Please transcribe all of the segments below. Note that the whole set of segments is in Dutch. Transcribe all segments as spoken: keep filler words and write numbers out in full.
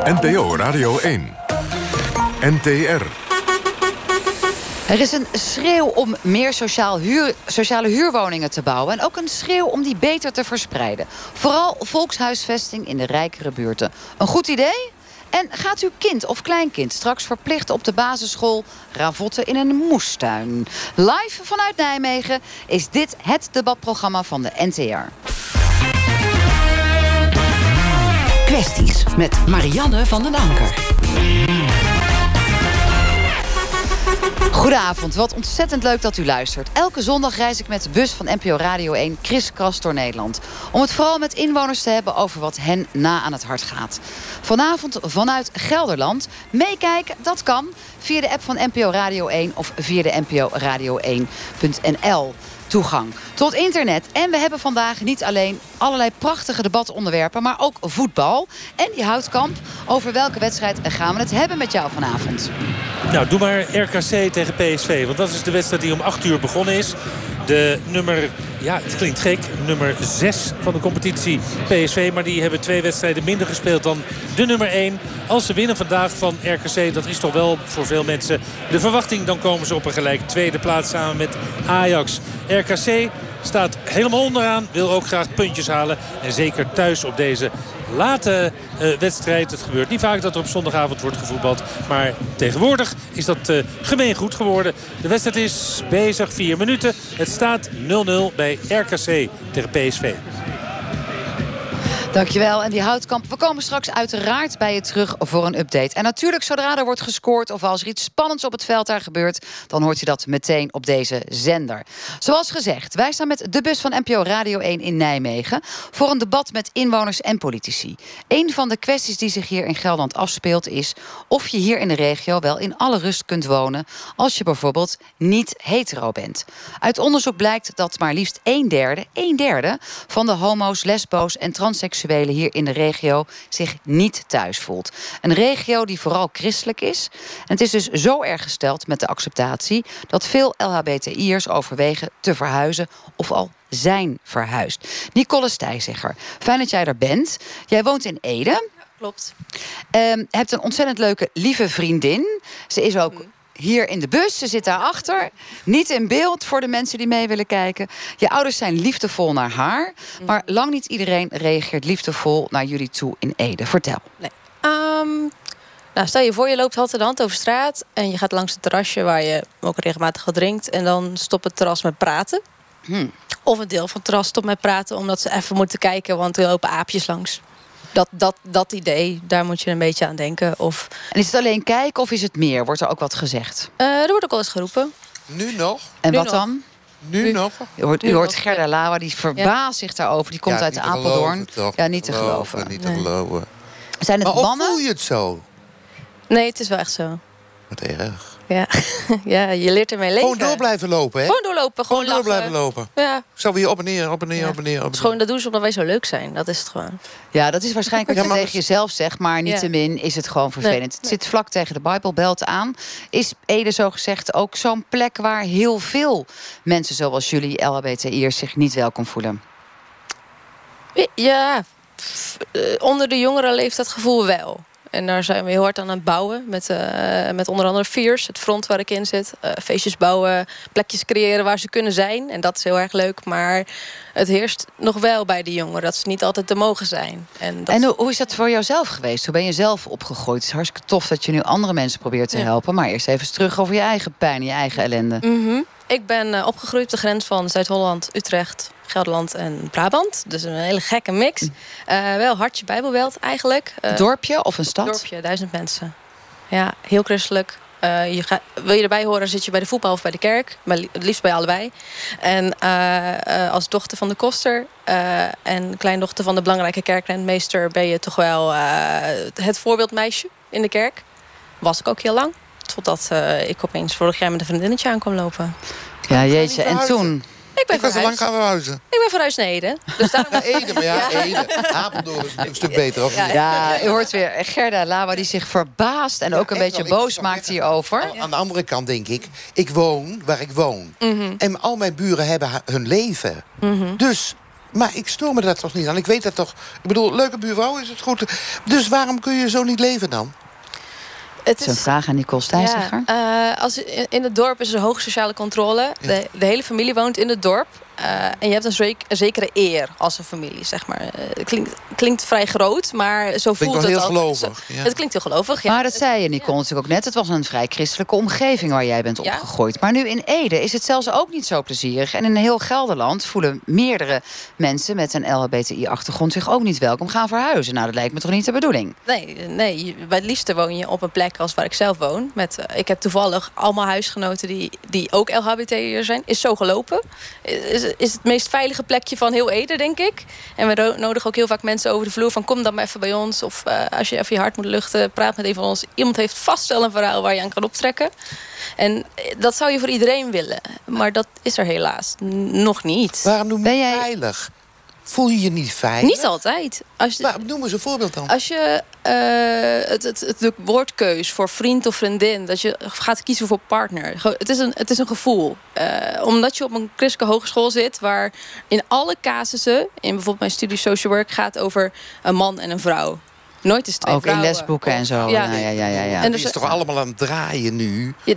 N P O Radio één. N T R. Er is een schreeuw om meer sociaal huur, sociale huurwoningen te bouwen. En ook een schreeuw om die beter te verspreiden. Vooral volkshuisvesting in de rijkere buurten. Een goed idee? En gaat uw kind of kleinkind straks verplicht op de basisschool ravotten in een moestuin? Live vanuit Nijmegen is dit het debatprogramma van de N T R. Kwesties met Marianne van den Anker. Goedenavond, wat ontzettend leuk dat u luistert. Elke zondag reis ik met de bus van N P O Radio één kriskras door Nederland. Om het vooral met inwoners te hebben over wat hen na aan het hart gaat. Vanavond vanuit Gelderland. Meekijken, dat kan via de app van N P O Radio één of via de N P O Radio één punt N L. Toegang tot internet. En we hebben vandaag niet alleen allerlei prachtige debatonderwerpen, maar ook voetbal. En die Houtkamp, over welke wedstrijd gaan we het hebben met jou vanavond? Nou, doe maar R K C tegen P S V. Want dat is de wedstrijd die om acht uur begonnen is. De nummer, ja, het klinkt gek, nummer zes van de competitie P S V. Maar die hebben twee wedstrijden minder gespeeld dan de nummer één. Als ze winnen vandaag van R K C, dat is toch wel voor veel mensen de verwachting. Dan komen ze op een gelijk tweede plaats samen met Ajax. R K C staat helemaal onderaan, wil ook graag puntjes halen. En zeker thuis op deze late uh, wedstrijd. Het gebeurt niet vaak dat er op zondagavond wordt gevoetbald. Maar tegenwoordig is dat uh, gemeen goed geworden. De wedstrijd is bezig, vier minuten. Het staat nul nul bij R K C tegen P S V. Dankjewel. En die Houtkamp, we komen straks uiteraard bij je terug voor een update. En natuurlijk, zodra er wordt gescoord of als er iets spannends op het veld daar gebeurt, dan hoort je dat meteen op deze zender. Zoals gezegd, wij staan met de bus van N P O Radio één in Nijmegen voor een debat met inwoners en politici. Een van de kwesties die zich hier in Gelderland afspeelt is of je hier in de regio wel in alle rust kunt wonen als je bijvoorbeeld niet hetero bent. Uit onderzoek blijkt dat maar liefst een derde, een derde van de homo's, lesbo's en transseksuelen hier in de regio zich niet thuis voelt. Een regio die vooral christelijk is. En het is dus zo erg gesteld met de acceptatie dat veel L H B T I'ers overwegen te verhuizen of al zijn verhuisd. Nicole Stijzegger, fijn dat jij er bent. Jij woont in Ede. Ja, klopt. Um, hebt een ontzettend leuke, lieve vriendin. Ze is ook hier in de bus, ze zit daarachter. Niet in beeld voor de mensen die mee willen kijken. Je ouders zijn liefdevol naar haar. Maar lang niet iedereen reageert liefdevol naar jullie toe in Ede. Vertel. Nee. Um, nou, stel je voor, je loopt hand in hand over straat en je gaat langs het terrasje waar je ook regelmatig wat drinkt. En dan stopt het terras met praten. Hmm. Of een deel van het terras stopt met praten omdat ze even moeten kijken, want er lopen aapjes langs. Dat, dat, dat idee, daar moet je een beetje aan denken. Of... En is het alleen kijken of is het meer? Wordt er ook wat gezegd? Uh, er wordt ook wel eens geroepen. Nu nog? En nu wat nog. dan? Nu, nu nog? U hoort, u hoort Gerda Lauwer, die verbaast zich daarover. Die komt ja, uit Apeldoorn. Geloven, ja, niet te geloven, geloven. Niet te nee. geloven. Zijn het maar mannen? Of voel je het zo? Nee, het is wel echt zo. Wat erg. Ja, ja, je leert ermee leven. Gewoon door blijven lopen, hè? Gewoon doorlopen, gewoon, gewoon door lachen. blijven lopen. Ja. Zo weer op en neer, op en neer, Ja. op en neer. Op en Het is neer. gewoon, dat doen ze omdat wij zo leuk zijn. Dat is het gewoon. Ja, dat is waarschijnlijk wat Ja, je maar- tegen jezelf zegt. Maar niettemin is het gewoon vervelend. Nee, Het nee. zit vlak tegen de Bijbelbelt aan. Is Ede zo gezegd ook zo'n plek waar heel veel mensen zoals jullie, L H B T I'ers, zich niet welkom voelen? Ja, f- eh, onder de jongeren leeft dat gevoel wel. En daar zijn we heel hard aan het bouwen. Met, uh, met onder andere Fierce, het front waar ik in zit. Uh, feestjes bouwen, plekjes creëren waar ze kunnen zijn. En dat is heel erg leuk. Maar het heerst nog wel bij de jongeren. Dat ze niet altijd te mogen zijn. En, dat En hoe, hoe is dat voor jouzelf geweest? Hoe ben je zelf opgegroeid? Het is hartstikke tof dat je nu andere mensen probeert te Ja. helpen. Maar eerst even eens terug over je eigen pijn en je eigen ellende. Mhm. Ik ben uh, opgegroeid op de grens van Zuid-Holland, Utrecht, Gelderland en Brabant. Dus een hele gekke mix. Uh, wel hartje Bijbelbelt eigenlijk. Uh, Dorpje of een stad? Dorpje, duizend mensen. Ja, heel christelijk. Uh, je ga, wil je erbij horen, zit je bij de voetbal of bij de kerk. Maar li- het liefst bij allebei. En uh, uh, als dochter van de koster uh, en kleindochter van de belangrijke kerkrentmeester ben je toch wel uh, het voorbeeldmeisje in de kerk. Was ik ook heel lang. Totdat uh, ik opeens vorig jaar met een vriendinnetje aan kwam lopen. Ja, jeetje. En toen? Ik ben Ik was al lang verhuisd. gaan verhuizen. Ik ben verhuisd naar Ede. Dus daarom... Ja, Ede, maar ja, Ede. Apeldoorn is een stuk beter, of Ja, niet? Ja, u hoort weer Gerda Lauwer die zich verbaast en ook een echt beetje wel. Ik boos snap maakt het. hierover. Aan de andere kant denk ik, ik woon waar ik woon. Mhm. En al mijn buren hebben ha- hun leven. Mhm. Dus Maar ik stoor me daar toch niet aan. Ik weet dat toch. Ik bedoel, leuke buurvrouw is het goed. Dus waarom kun je zo niet leven dan? Het Dat is een vraag aan Nicole Stijnzegger. Ja, uh, als in, in het dorp is er hoge sociale controle. Ja. De, de hele familie woont in het dorp. Uh, en je hebt een, zeek, een zekere eer als een familie, zeg maar. Uh, het klinkt, klinkt vrij groot, maar zo voelt wel het heel altijd. gelovig, Zo, ja. Het klinkt heel gelovig, ja. Maar dat zei je, Nicole, natuurlijk ook net. Het was een vrij christelijke omgeving waar jij bent Ja. opgegroeid. Maar nu in Ede is het zelfs ook niet zo plezierig. En in heel Gelderland voelen meerdere mensen met een L H B T I-achtergrond zich ook niet welkom gaan verhuizen. Nou, dat lijkt me toch niet de bedoeling? Nee, nee, bij het liefste woon je op een plek als waar ik zelf woon. Met, uh, ik heb toevallig allemaal huisgenoten die, die ook L H B T I'er zijn. Is zo gelopen. Is, is het meest veilige plekje van heel Ede, denk ik. En we ro- nodigen ook heel vaak mensen over de vloer van kom dan maar even bij ons. Of uh, als je even je hart moet luchten, praat met een van ons. Iemand heeft vast wel een verhaal waar je aan kan optrekken. En dat zou je voor iedereen willen. Maar dat is er helaas n- nog niet. Waarom noem je Ben het jij- veilig? Voel je je niet veilig? Niet altijd. Als je, Maar noem eens een voorbeeld dan. Als je uh, het, het, het, de woordkeus voor vriend of vriendin, dat je gaat kiezen voor partner. Ge- Het is een, het is een gevoel. Uh, omdat je op een christelijke hogeschool zit, waar in alle casussen, in bijvoorbeeld mijn studie social work, gaat over een man en een vrouw. Nooit is twee Ook in vrouwen. lesboeken en zo. Ja. Ja, ja, ja, ja, ja. En En dus- is toch allemaal aan het draaien nu? Ja,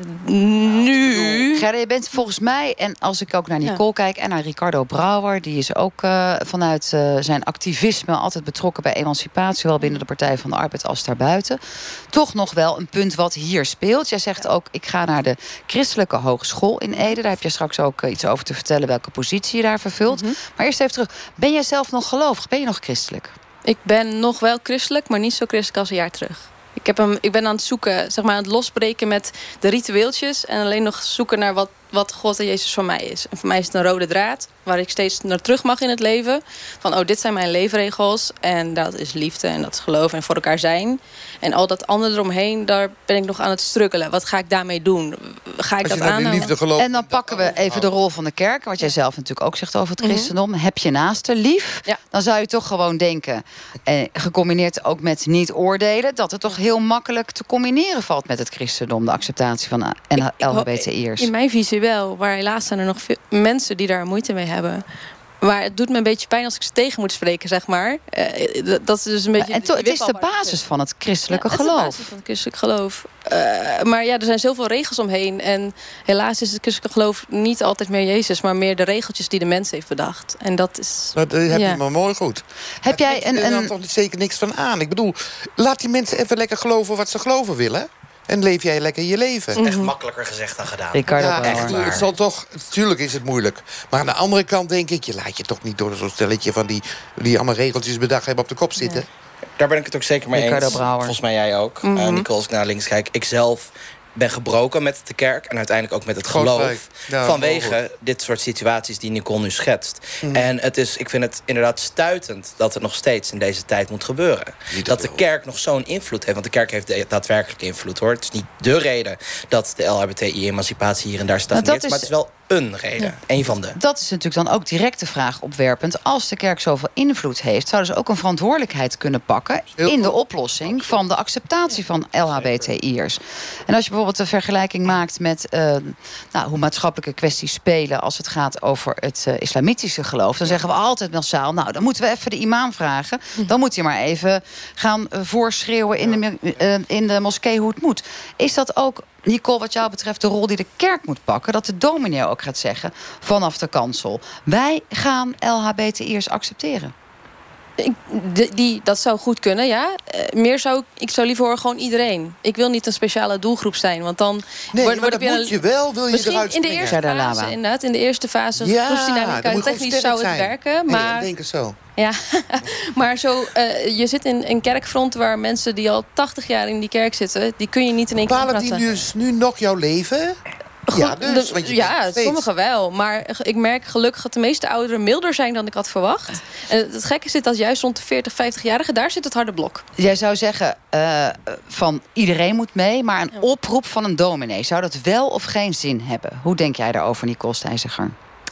nu. Gerda, je bent volgens mij, en als ik ook naar Nicole kijk en naar Ricardo Brouwer, die is ook uh, vanuit uh, zijn activisme altijd betrokken bij emancipatie, zowel binnen de Partij van de Arbeid als daarbuiten. Toch nog wel een punt wat hier speelt. Jij zegt ook, ik ga naar de Christelijke Hogeschool in Ede. Daar heb je straks ook uh, iets over te vertellen welke positie je daar vervult. Mhm. Maar eerst even terug. Ben jij zelf nog gelovig? Ben je nog christelijk? Ik ben nog wel christelijk, maar niet zo christelijk als een jaar terug. Ik, heb hem, ik ben aan het zoeken, zeg maar aan het losbreken met de ritueeltjes. En alleen nog zoeken naar wat, wat God en Jezus voor mij is. En voor mij is het een rode draad, waar ik steeds naar terug mag in het leven. Van, oh, dit zijn mijn leefregels. En dat is liefde en dat is geloof en voor elkaar zijn. En al dat andere eromheen, daar ben ik nog aan het struggelen. Wat ga ik daarmee doen? Ga ik Als je dat naar die aanhouden? liefde gelooft. En dan pakken we even de rol van de kerk, wat jij zelf natuurlijk ook zegt over het Mhm. christendom. Heb je naaste lief? Ja. Dan zou je toch gewoon denken, eh, gecombineerd ook met niet oordelen, dat het toch heel makkelijk te combineren valt met het christendom, de acceptatie van Ik- L ik H ho- B T I'ers. In mijn visie wel, maar helaas zijn er nog veel mensen die daar moeite mee hebben. Maar het doet me een beetje pijn als ik ze tegen moet spreken, zeg maar. Eh, d- dat is dus een beetje. En to- die het is de wipwap waar ik basis zit. van het christelijke Ja, het is de geloof. basis van het christelijk geloof. Uh, maar ja, er zijn zoveel regels omheen. En helaas is het christelijk geloof niet altijd meer Jezus, maar meer de regeltjes die de mens heeft bedacht. En dat is. Dat eh, heb Ja. je maar mooi goed. Heb jij Er een, dan een toch zeker niks van aan. Ik bedoel, laat die mensen even lekker geloven wat ze geloven willen. En leef jij lekker je leven. Echt makkelijker gezegd dan gedaan. Ricardo Ja, Brouwer? echt, het zal toch, natuurlijk is het moeilijk. Maar aan de andere kant denk ik, je laat je toch niet door zo'n stelletje van die, die allemaal regeltjes bedacht hebben op de kop zitten. Daar ben ik het ook zeker mee Ricardo eens. Brouwer. Volgens mij jij ook. Mhm. Uh, Nicole, als ik naar links kijk. Ik zelf ben gebroken met de kerk. En uiteindelijk ook met het Groot geloof. gelijk. Ja, vanwege dit soort situaties die Nicole nu schetst. Mhm. En het is, ik vind het inderdaad stuitend dat het nog steeds in deze tijd moet gebeuren. Niet Dat de wel. kerk nog zo'n invloed heeft. Want de kerk heeft de- daadwerkelijk invloed, hoor. Het is niet de reden dat de L H B T I-emancipatie hier en daar stagneert. Nou, dat is- Maar het is wel een reden. Een van de. Dat is natuurlijk dan ook direct de vraag opwerpend. Als de kerk zoveel invloed heeft, zouden ze ook een verantwoordelijkheid kunnen pakken Heel in de goed. oplossing van de acceptatie van L H B T I'ers. En als je bijvoorbeeld een vergelijking maakt met uh, nou, hoe maatschappelijke kwesties spelen als het gaat over het uh, islamitische geloof, dan zeggen we altijd massaal, nou, dan moeten we even de imam vragen. Dan moet hij maar even gaan uh, voorschreeuwen in de, uh, in de moskee hoe het moet. Is dat ook, Nicole, wat jou betreft de rol die de kerk moet pakken, dat de dominee ook gaat zeggen vanaf de kansel, wij gaan L H B T I'ers accepteren? Ik, de- die, dat zou goed kunnen, ja. Uh, meer zou ik, ik zou liever horen gewoon iedereen. Ik wil niet een speciale doelgroep zijn, want dan Nee, word, maar word ik dat weer moet een- je wel, wil je Misschien eruit in de springen. eerste Gerda fase, Lama. inderdaad. In de eerste fase, Ja, groepsdynamica, dan moet je technisch gewoon zou het sterk zijn. werken. Nee, Maar ik denk het zo. Ja, maar zo, uh, je zit in een kerkfront waar mensen die al tachtig jaar in die kerk zitten, die kun je niet in één keer Bepalen die praten. dus nu nog jouw leven? Ja, dus, De- want je ja bent steeds- sommigen wel. Maar ik merk gelukkig dat de meeste ouderen milder zijn dan ik had verwacht. En het gekke zit dat juist rond de veertig, vijftig-jarigen, daar zit het harde blok. Jij zou zeggen uh, van iedereen moet mee, maar een Ja. oproep van een dominee, zou dat wel of geen zin hebben? Hoe denk jij daarover, Nicole Stijnzegger?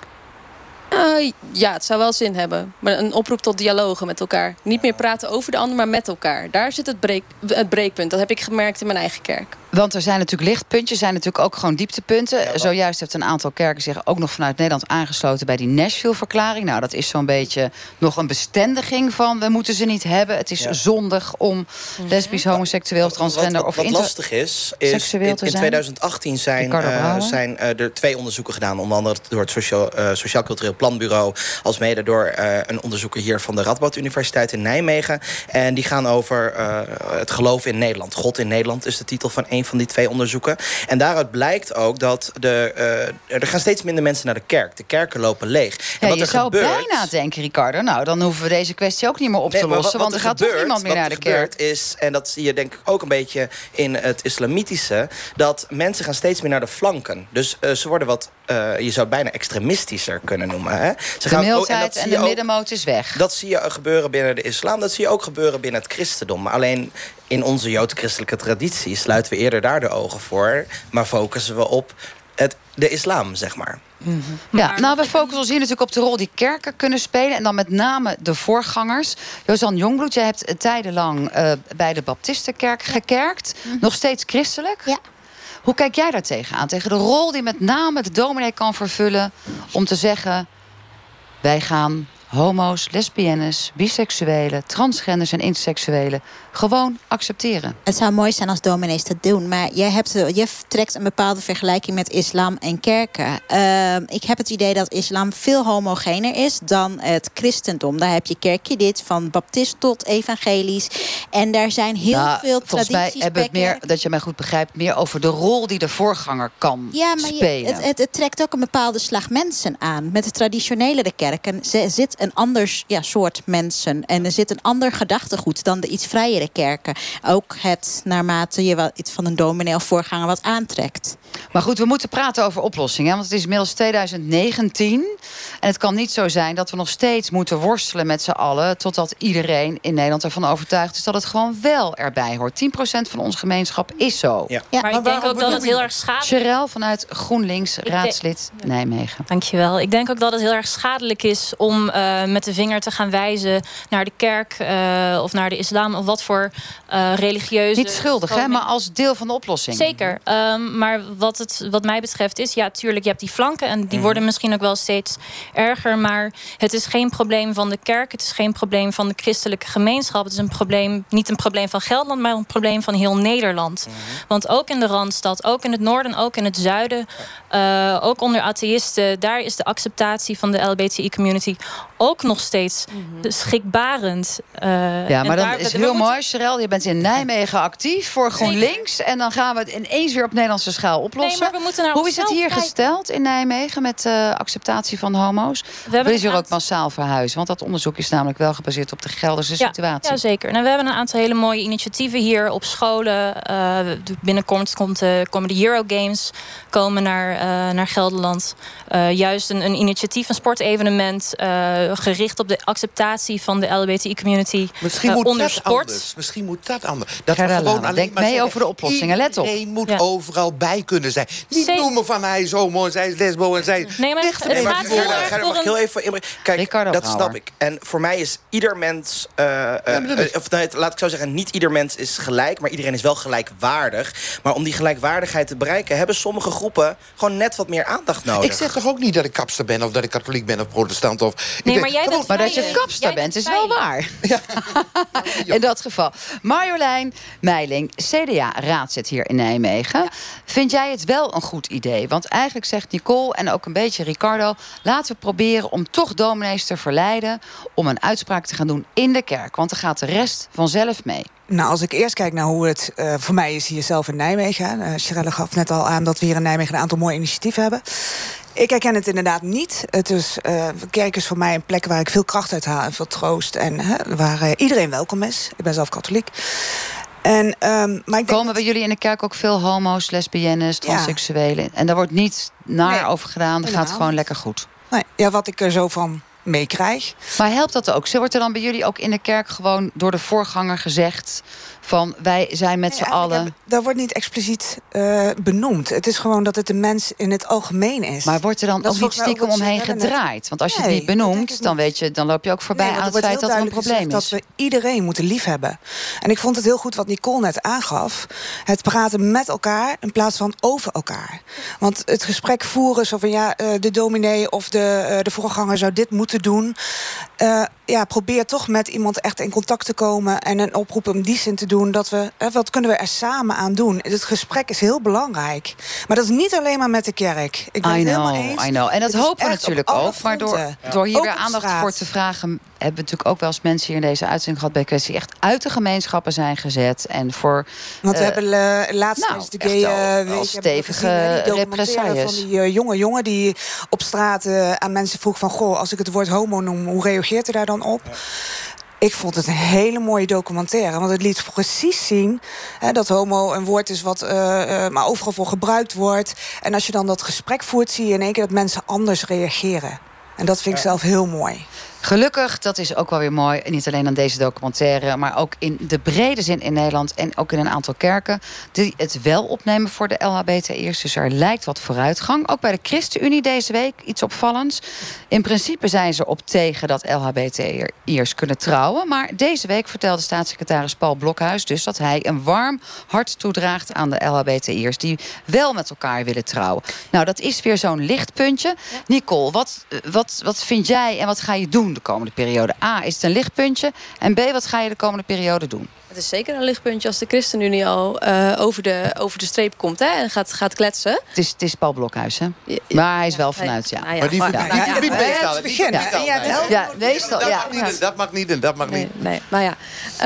Uh, ja, het zou wel zin hebben. Maar een oproep tot dialogen met elkaar. Niet meer praten over de ander, maar met elkaar. Daar zit het, breek, het breekpunt. Dat heb ik gemerkt in mijn eigen kerk. Want er zijn natuurlijk lichtpuntjes, er zijn natuurlijk ook gewoon dieptepunten. Ja, zojuist heeft een aantal kerken zich ook nog vanuit Nederland aangesloten bij die Nashville-verklaring. Nou, dat is zo'n beetje nog een bestendiging van we moeten ze niet hebben. Het is ja. zondig om lesbisch, homoseksueel, transgender wat, wat, wat of inter- lastig is, is in, in tweeduizend achttien zijn, uh, zijn uh, er twee onderzoeken gedaan. Onder andere door het Sociaal, uh, Sociaal Cultureel Planbureau, als mede door uh, een onderzoeker hier van de Radboud Universiteit in Nijmegen. En die gaan over uh, het geloof in Nederland. God in Nederland is de titel van een van die twee onderzoeken. En daaruit blijkt ook dat de, uh, er gaan steeds minder mensen naar de kerk. De kerken lopen leeg. En ja, wat je er zou gebeurt, bijna denken, Ricardo, nou, dan hoeven we deze kwestie ook niet meer op te nee, lossen. Wat, wat want er, er gaat gebeurt, toch niemand meer naar de kerk. Wat er gebeurt is, en dat zie je denk ik ook een beetje in het islamitische, dat mensen gaan steeds meer naar de flanken. Dus uh, ze worden wat, uh, je zou het bijna extremistischer kunnen noemen. Hè? Ze de gaan, mildheid oh, en, en de middenmoot is weg. Dat zie je gebeuren binnen de islam. Dat zie je ook gebeuren binnen het christendom. Maar alleen in onze joods-christelijke traditie sluiten we eerder daar de ogen voor, maar focussen we op het, de islam, zeg maar. Mm-hmm. Ja, nou, we focussen ons hier natuurlijk op de rol die kerken kunnen spelen. En dan met name de voorgangers. Josan Jongbloed, jij hebt tijdenlang uh, bij de Baptistenkerk gekerkt. Mm-hmm. Nog steeds christelijk. Ja. Hoe kijk jij daar tegenaan? Tegen de rol die met name de dominee kan vervullen om te zeggen, wij gaan homo's, lesbiennes, biseksuelen, transgenders en interseksuelen gewoon accepteren. Het zou mooi zijn als dominees dat doen, maar je, hebt, je trekt een bepaalde vergelijking met islam en kerken. Uh, ik heb het idee dat islam veel homogener is dan het christendom. Daar heb je kerkje dit, van baptist tot evangelisch. En daar zijn heel nou, veel volgens tradities. Volgens mij hebben we het meer, dat je mij goed begrijpt, meer over de rol die de voorganger kan ja, maar spelen. Je, het, het, het trekt ook een bepaalde slag mensen aan. Met de traditionele kerken zit een ander ja, soort mensen. En er zit een ander gedachtegoed dan de iets vrijere kerken. Ook het naarmate je wel iets van een dominee of voorganger wat aantrekt. Maar goed, we moeten praten over oplossingen. Want het is inmiddels tweeduizend negentien. En het kan niet zo zijn dat we nog steeds moeten worstelen met z'n allen, totdat iedereen in Nederland ervan overtuigd is dat het gewoon wel erbij hoort. tien procent van onze gemeenschap is zo. Ja. Ja. Maar ik denk ook dat het heel erg schadelijk is. Sherelle vanuit GroenLinks, raadslid Nijmegen. Dankjewel. Ik denk ook dat het heel erg schadelijk is om uh, met de vinger te gaan wijzen naar de kerk uh, of naar de islam of wat voor uh, religieuze... Niet schuldig, hè, maar als deel van de oplossing. Zeker. Um, maar wat, het, wat mij betreft is, ja, tuurlijk, je hebt die flanken en die Mm. worden misschien ook wel steeds erger, maar het is geen probleem van de kerk, het is geen probleem van de christelijke gemeenschap. Het is een probleem, niet een probleem van Gelderland, maar een probleem van heel Nederland. Mm. Want ook in de Randstad, ook in het noorden, ook in het zuiden, uh, ook onder atheïsten, daar is de acceptatie van de L G B T I-community ook nog steeds mm-hmm. schrikbarend. Uh, ja, maar en dan daar, is we heel moeten... mooi, Sherelle. Je bent in Nijmegen actief voor GroenLinks. En dan gaan we het ineens weer op Nederlandse schaal oplossen. Nee, maar we moeten naar Hoe is het hier kijken. gesteld in Nijmegen met de uh, acceptatie van homo's? We is hier ook massaal verhuizen? Want dat onderzoek is namelijk wel gebaseerd op de Gelderse ja, situatie. Ja, zeker. Nou, we hebben een aantal hele mooie initiatieven hier op scholen. Uh, binnenkort komt, uh, komen de Eurogames komen naar, uh, naar Gelderland. Uh, juist een, een initiatief, een sportevenement, uh, gericht op de acceptatie van de L G B T I-community Misschien uh, moet onder dat sport. anders. Misschien moet dat anders. Dat Gerda we gewoon Lama, alleen denk maar mee zeggen, over de oplossingen. Let op. Iedereen moet ja. overal bij kunnen zijn. Niet Zeker. noemen van hij is homo en zij is lesbo en zij... Nee, maar het, het Nee, maar gaat Gerda, heel erg Gerda, voor mag ik een... heel even inbrengen? Kijk, Ricardo dat Brouwer. snap ik. En voor mij is ieder mens... Uh, uh, uh, of nee, laat ik zo zeggen, niet ieder mens is gelijk, maar iedereen is wel gelijkwaardig. Maar om die gelijkwaardigheid te bereiken, hebben sommige groepen gewoon net wat meer aandacht nodig. Ik zeg toch ook niet dat ik kapster ben of dat ik katholiek ben of protestant of... Nee, ik maar ben, jij bent Maar dat je vrij, kapster jij bent, is vrij. wel waar. Ja. In dat geval. Marjolein Meiling, C D A-raadslid hier in Nijmegen. Ja. Vind jij het wel een goed idee? Want eigenlijk zegt Nicole en ook een beetje Ricardo, laten we proberen om toch dominees te verleiden om een uitspraak te gaan doen in de kerk. Want dan gaat de rest vanzelf mee. Nou, als ik eerst kijk naar hoe het uh, voor mij is hier zelf in Nijmegen. Uh, Sherelle gaf net al aan dat we hier in Nijmegen een aantal mooie initiatieven hebben. Ik herken het inderdaad niet. Het is, uh, de kerk is voor mij een plek waar ik veel kracht uit haal en veel troost. En uh, waar uh, iedereen welkom is. Ik ben zelf katholiek. En, um, maar ik denk Komen dat... bij jullie in de kerk ook veel homo's, lesbiennes, transseksuelen? Ja. En daar wordt niet naar nee, over gedaan. Dat gaat gewoon lekker goed. Nee, ja, wat ik er zo van meekrijg. Maar helpt dat ook? Zo wordt er dan bij jullie ook in de kerk gewoon door de voorganger gezegd van wij zijn met nee, z'n allen... Heb, dat wordt niet expliciet uh, benoemd. Het is gewoon dat het de mens in het algemeen is. Maar wordt er dan dat ook niet stiekem omheen gedraaid? Want als je nee, het niet benoemt, het dan, weet je, dan loop je ook voorbij nee, aan het feit dat er een probleem is. Dat we iedereen moeten liefhebben. En ik vond het heel goed wat Nicole net aangaf. Het praten met elkaar in plaats van over elkaar. Want het gesprek voeren zo van ja, uh, de dominee of de, uh, de voorganger zou dit moeten doen. Uh, ja, probeer toch met iemand echt in contact te komen en een oproep om die zin te doen dat we, hè, wat kunnen we er samen aan doen? Het gesprek is heel belangrijk. Maar dat is niet alleen maar met de kerk. Ik ben I het know, helemaal eens. I know. En dat hopen we natuurlijk ook. Maar door, ja. door hier ook weer aandacht voor te vragen, hebben we natuurlijk ook wel eens mensen hier in deze uitzending gehad bij kwestie echt uit de gemeenschappen zijn gezet. En voor. Want we uh, hebben uh, laatst nou, de gay uh, stevige represailles van die uh, jonge jongen die op straat uh, aan mensen vroeg van goh, als ik het woord homo noem, hoe reageert u daar dan op? Ja. Ik vond het een hele mooie documentaire. Want het liet precies zien hè, dat homo een woord is wat uh, uh, maar overal voor gebruikt wordt. En als je dan dat gesprek voert, zie je in één keer dat mensen anders reageren. En dat vind ik ja. zelf heel mooi. Gelukkig, dat is ook wel weer mooi. Niet alleen aan deze documentaire, maar ook in de brede zin in Nederland en ook in een aantal kerken die het wel opnemen voor de L H B T I'ers. Dus er lijkt wat vooruitgang. Ook bij de ChristenUnie deze week iets opvallends. In principe zijn ze op tegen dat L H B T I'ers kunnen trouwen. Maar deze week vertelde staatssecretaris Paul Blokhuis dus dat hij een warm hart toedraagt aan de L H B T I'ers die wel met elkaar willen trouwen. Nou, dat is weer zo'n lichtpuntje. Ja. Nicole, wat, wat, wat vind jij en wat ga je doen de komende periode? A, is het een lichtpuntje? En B, wat ga je de komende periode doen? Het is zeker een lichtpuntje als de ChristenUnie al uh, over, de, over de streep komt hè, en gaat, gaat kletsen. Het is, het is Paul Blokhuis, hè? Ja, ja, maar hij is wel vanuit, ja. Nou ja maar die verdient meestal. Meestal, ja. Dat mag niet en dat mag niet. Nee, maar ja.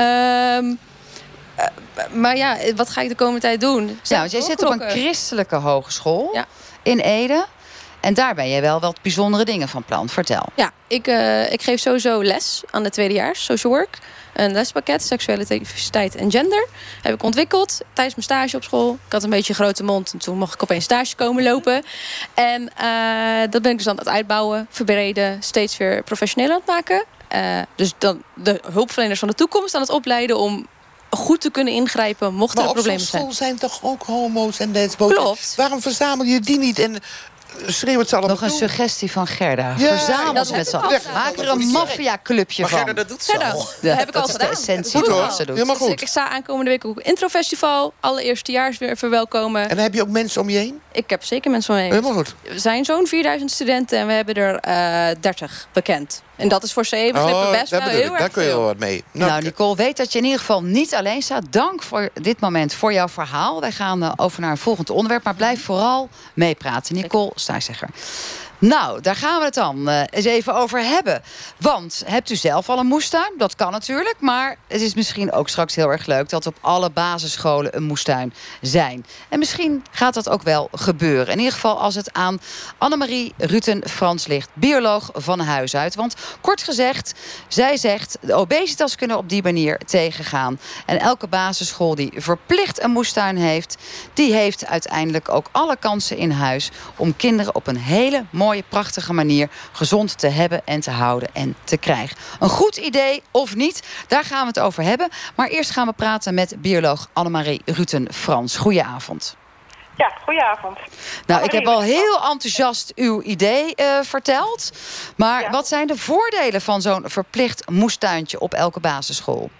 Um, uh, maar ja, wat ga ik de komende tijd doen? Ja, want jij zit op een christelijke hogeschool ja. in Ede. En daar ben je wel wat bijzondere dingen van plan. Vertel. Ja, ik, uh, ik geef sowieso les aan de tweedejaars, social work. Een lespakket, seksuele diversiteit en gender. Heb ik ontwikkeld tijdens mijn stage op school. Ik had een beetje een grote mond en toen mocht ik opeens stage komen lopen. En uh, dat ben ik dus aan het uitbouwen, verbreden, steeds weer professioneel aan het maken. Uh, dus dan de hulpverleners van de toekomst aan het opleiden om goed te kunnen ingrijpen mochten maar er problemen zijn. Maar op zo'n school zijn toch ook homo's en lesbo's? Klopt. Waarom verzamel je die niet en schreeuw het ze allemaal Nog een toe? suggestie van Gerda. Ja, Verzamel ze met z'n allen. Maak er een maffia-clubje van. Gerda, dat doet ze Gerda, al. dat ja, heb ik al dat gedaan. Is de essentie van wat ze doet. Helemaal goed. Dus ik sta aankomende week ook introfestival. Alle eerstejaars weer verwelkomen. En heb je ook mensen om je heen? Ik heb zeker mensen om me heen. Helemaal goed. We zijn zo'n vierduizend studenten en we hebben er uh, dertig bekend. En dat is voor zeven begrippen oh, best wel heel erg Daar kun je veel. wel wat mee. Nou, nou, Nicole, weet dat je in ieder geval niet alleen staat. Dank voor dit moment, voor jouw verhaal. Wij gaan uh, over naar een volgend onderwerp. Maar blijf vooral meepraten. Nicole Stuyzegger. Nou, daar gaan we het dan uh, eens even over hebben. Want, hebt u zelf al een moestuin? Dat kan natuurlijk. Maar het is misschien ook straks heel erg leuk dat op alle basisscholen een moestuin zijn. En misschien gaat dat ook wel gebeuren. In ieder geval als het aan Annemarie Rutten-Frans ligt. Bioloog van huis uit. Want kort gezegd, zij zegt, de obesitas kunnen op die manier tegengaan. En elke basisschool die verplicht een moestuin heeft, die heeft uiteindelijk ook alle kansen in huis om kinderen op een hele mooie mooie, prachtige manier gezond te hebben en te houden en te krijgen. Een goed idee of niet, daar gaan we het over hebben. Maar eerst gaan we praten met bioloog Annemarie Rutten-Frans. Goedenavond. Ja, goedenavond. Nou, ik heb al heel enthousiast uw idee uh, verteld. Maar ja. Wat zijn de voordelen van zo'n verplicht moestuintje op elke basisschool?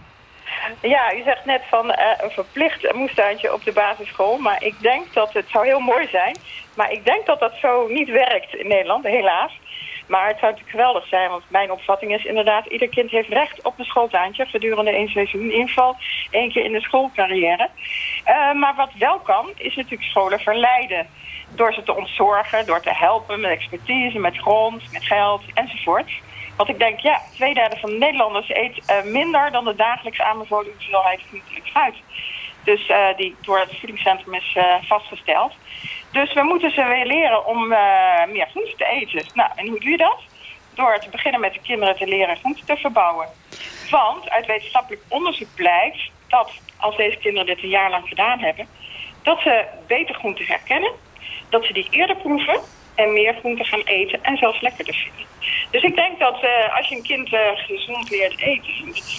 Ja, u zegt net van uh, een verplicht moestuintje op de basisschool. Maar ik denk dat het zou heel mooi zijn. Maar ik denk dat dat zo niet werkt in Nederland, helaas. Maar het zou natuurlijk geweldig zijn, want mijn opvatting is inderdaad, ieder kind heeft recht op een schooltuintje gedurende één seizoen. In ieder geval één keer in de schoolcarrière. Uh, maar wat wel kan, is natuurlijk scholen verleiden. Door ze te ontzorgen, door te helpen met expertise, met grond, met geld enzovoort. Want ik denk, ja, twee derde van de Nederlanders eet uh, minder dan de dagelijks aanbevolen hoeveelheid groentelijk fruit. Dus uh, die door het voedingscentrum is uh, vastgesteld. Dus we moeten ze weer leren om uh, meer groente te eten. Nou, en hoe doe je dat? Door te beginnen met de kinderen te leren groente te verbouwen. Want uit wetenschappelijk onderzoek blijkt dat als deze kinderen dit een jaar lang gedaan hebben, dat ze beter groenten herkennen, dat ze die eerder proeven en meer groente gaan eten en zelfs lekkerder vinden. Dus ik denk dat uh, als je een kind uh, gezond leert eten...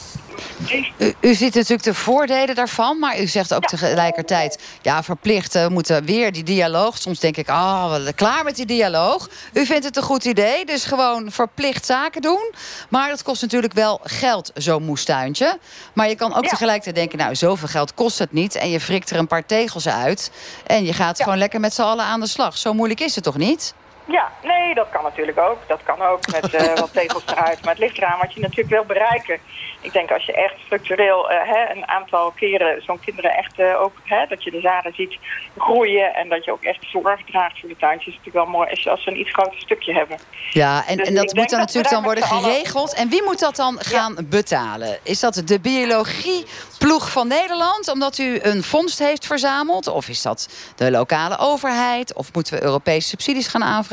U, u ziet natuurlijk de voordelen daarvan, maar u zegt ook ja. tegelijkertijd... ja, verplicht, we moeten weer die dialoog. Soms denk ik, ah, oh, klaar met die dialoog. U vindt het een goed idee, dus gewoon verplicht zaken doen. Maar dat kost natuurlijk wel geld, zo'n moestuintje. Maar je kan ook ja. tegelijkertijd denken, nou, zoveel geld kost het niet... en je frikt er een paar tegels uit... en je gaat ja. gewoon lekker met z'n allen aan de slag. Zo moeilijk is het toch niet? Ja, nee, dat kan natuurlijk ook. Dat kan ook met uh, wat tegels eruit. Maar het ligt eraan wat je natuurlijk wil bereiken. Ik denk als je echt structureel uh, hè, een aantal keren zo'n kinderen echt uh, ook... Hè, dat je de zaden ziet groeien en dat je ook echt zorg draagt voor de tuintjes... is natuurlijk wel mooi als, je, als ze een iets groter stukje hebben. Ja, en, dus en dat moet dan natuurlijk dan worden geregeld. En wie moet dat dan gaan ja. betalen? Is dat de biologieploeg van Nederland, omdat u een vondst heeft verzameld? Of is dat de lokale overheid? Of moeten we Europese subsidies gaan aanvragen?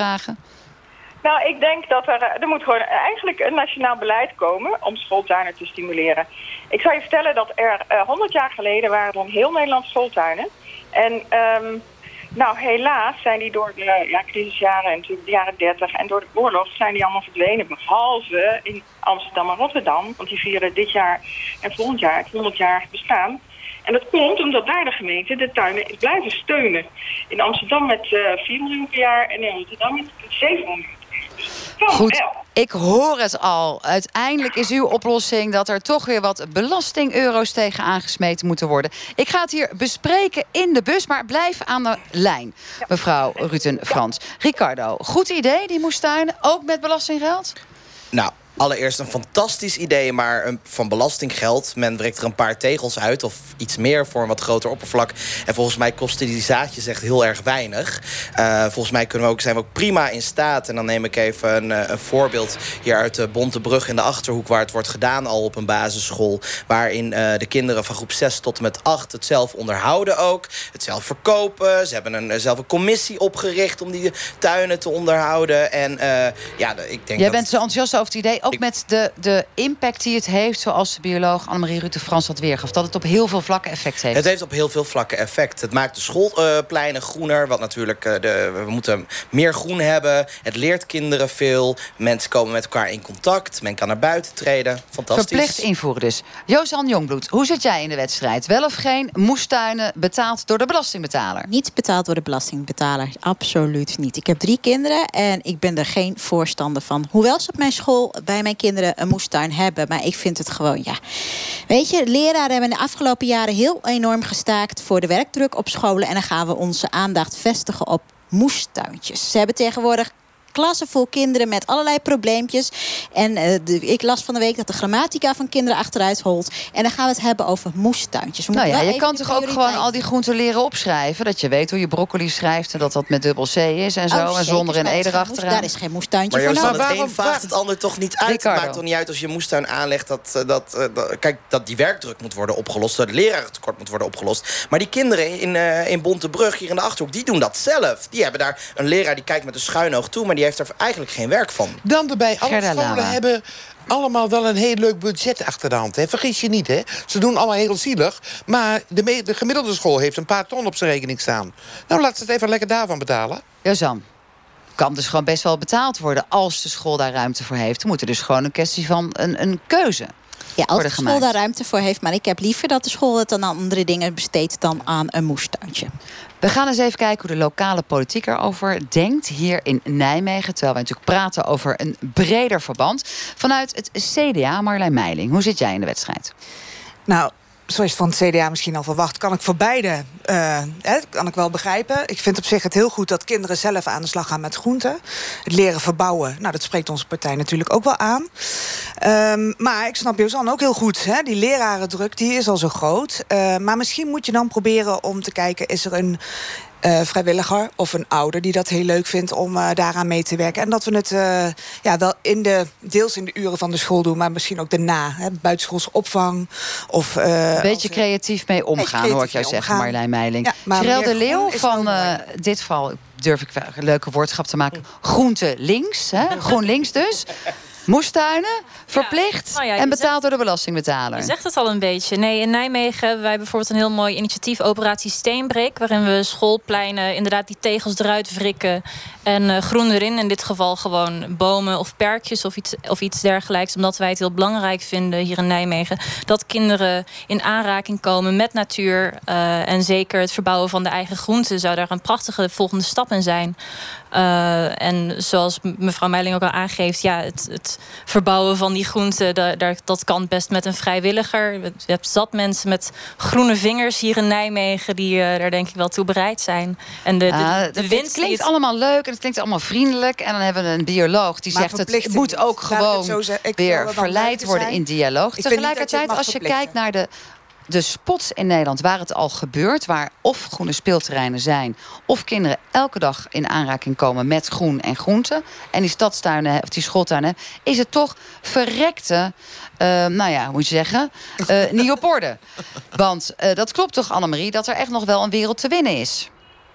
Nou, ik denk dat er, er moet gewoon eigenlijk een nationaal beleid komen om schooltuinen te stimuleren. Ik zou je vertellen dat er uh, honderd jaar geleden waren er in heel Nederland schooltuinen. En um, nou, helaas zijn die door de ja, crisisjaren en natuurlijk de jaren dertig en door de oorlog zijn die allemaal verdwenen. Behalve in Amsterdam en Rotterdam, want die vieren dit jaar en volgend jaar het honderdjarig bestaan. En dat komt omdat daar de gemeente de tuinen is blijven steunen. In Amsterdam met uh, vier miljoen per jaar en in Rotterdam met zevenhonderd. Goed, ik hoor het al. Uiteindelijk is uw oplossing dat er toch weer wat belasting-euro's tegen aangesmeten moeten worden. Ik ga het hier bespreken in de bus, maar blijf aan de lijn. Mevrouw Rutten-Frans. Ricardo, goed idee, die moestuinen, ook met belastinggeld? Nou, allereerst een fantastisch idee, maar een, van belastinggeld. Men breekt er een paar tegels uit of iets meer voor een wat groter oppervlak. En volgens mij kosten die zaadjes echt heel erg weinig. Uh, volgens mij kunnen we ook, zijn we ook prima in staat. En dan neem ik even een, een voorbeeld hier uit de Bontebrug in de Achterhoek, waar het wordt gedaan al op een basisschool. Waarin uh, de kinderen van groep zes tot en met acht het zelf onderhouden ook. Het zelf verkopen. Ze hebben een, zelf een commissie opgericht om die tuinen te onderhouden. En uh, ja, ik denk Jij dat bent zo enthousiast over het idee. Ook met de, de impact die het heeft, zoals de bioloog Annemarie Rutten-Frans dat weergaf. Dat het op heel veel vlakken effect heeft. Het heeft op heel veel vlakken effect. Het maakt de schoolpleinen uh, groener. Wat natuurlijk, uh, de, we moeten meer groen hebben. Het leert kinderen veel. Mensen komen met elkaar in contact. Men kan naar buiten treden. Fantastisch. Verplicht invoeren dus. Jozan Jongbloed, hoe zit jij in de wedstrijd? Wel of geen moestuinen betaald door de belastingbetaler? Niet betaald door de belastingbetaler. Absoluut niet. Ik heb drie kinderen en ik ben er geen voorstander van. Hoewel ze op mijn school bij mijn kinderen een moestuin hebben. Maar ik vind het gewoon, ja. Weet je, leraren hebben de afgelopen jaren heel enorm gestaakt voor de werkdruk op scholen. En dan gaan we onze aandacht vestigen op moestuintjes. Ze hebben tegenwoordig klassen vol kinderen met allerlei probleempjes. En uh, de, ik las van de week dat de grammatica van kinderen achteruit holt. En dan gaan we het hebben over moestuintjes. Nou ja, je kan toch ook gewoon al die groenten leren opschrijven? Dat je weet hoe je broccoli schrijft en dat dat met dubbel C is en zo. Oh, en zonder een E erachteraan. Daar is geen moestuintje maar voor nodig. nodig. Maar het een vaagt het ander toch niet uit? Ricardo. Het maakt toch niet uit als je een moestuin aanlegt dat, dat, dat, dat, kijk, dat die werkdruk moet worden opgelost. Dat het lerarentekort moet worden opgelost. Maar die kinderen in, uh, in Bontebrug, hier in de Achterhoek, die doen dat zelf. Die hebben daar een leraar die kijkt met een schuin oog toe, maar die heeft er eigenlijk geen werk van. Dan erbij, alle Gerda scholen Lama. hebben allemaal wel een heel leuk budget achter de hand. Hè. Vergis je niet, hè. Ze doen allemaal heel zielig. Maar de, me- de gemiddelde school heeft een paar ton op zijn rekening staan. Nou, laat ze het even lekker daarvan betalen. Jozan, kan dus gewoon best wel betaald worden als de school daar ruimte voor heeft. Dan moet er dus gewoon een kwestie van een, een keuze. Ja, als de gemaakt. school daar ruimte voor heeft. Maar ik heb liever dat de school het aan andere dingen besteedt dan aan een moestuintje. We gaan eens even kijken hoe de lokale politiek erover denkt hier in Nijmegen. Terwijl we natuurlijk praten over een breder verband. Vanuit het C D A, Marjolein Meiling. Hoe zit jij in de wedstrijd? Nou, zoals je van het C D A misschien al verwacht, kan ik voor beide, uh, hè, kan ik wel begrijpen. Ik vind op zich het heel goed dat kinderen zelf aan de slag gaan met groenten. Het leren verbouwen, nou, dat spreekt onze partij natuurlijk ook wel aan. Um, maar ik snap Jozan ook heel goed. Hè? Die lerarendruk, die is al zo groot. Uh, maar misschien moet je dan proberen om te kijken, is er een Uh, vrijwilliger of een ouder die dat heel leuk vindt om uh, daaraan mee te werken. En dat we het uh, ja, wel in de, deels in de uren van de school doen, maar misschien ook daarna. Hè, buitenschoolse opvang. Of, uh, een beetje creatief mee omgaan, hoor ik jou zeggen, Marjolein Meiling. Ja, Gerel de Leeuw van uh, dit geval, durf ik wel een leuke woordschap te maken. Groente links, hè? GroenLinks dus. Moestuinen, verplicht Ja. Nou ja, en betaald zegt, door de belastingbetaler. Je zegt het al een beetje. Nee, in Nijmegen hebben wij bijvoorbeeld een heel mooi initiatief, Operatie Steenbreek, waarin we schoolpleinen inderdaad die tegels eruit wrikken en uh, groen erin. In dit geval gewoon bomen of perkjes of iets, of iets dergelijks. Omdat wij het heel belangrijk vinden hier in Nijmegen dat kinderen in aanraking komen met natuur. Uh, en zeker het verbouwen van de eigen groenten zou daar een prachtige volgende stap in zijn. Uh, en zoals mevrouw Meiling ook al aangeeft, ja, het, het verbouwen van die groenten, da, daar, dat kan best met een vrijwilliger. Je hebt zat mensen met groene vingers hier in Nijmegen die uh, daar denk ik wel toe bereid zijn. En de, ja, de, de, de winst het klinkt het... allemaal leuk en het klinkt allemaal vriendelijk. En dan hebben we een bioloog die maar zegt het moet ook gewoon weer verleid worden in dialoog. Tegelijkertijd, als je kijkt naar de De spots in Nederland waar het al gebeurt, waar of groene speelterreinen zijn, of kinderen elke dag in aanraking komen met groen en groenten, en die stadstuinen of die schooltuinen, is het toch verrekte, uh, nou ja, hoe moet je zeggen, uh, niet op orde. Want uh, dat klopt toch, Annemarie, dat er echt nog wel een wereld te winnen is?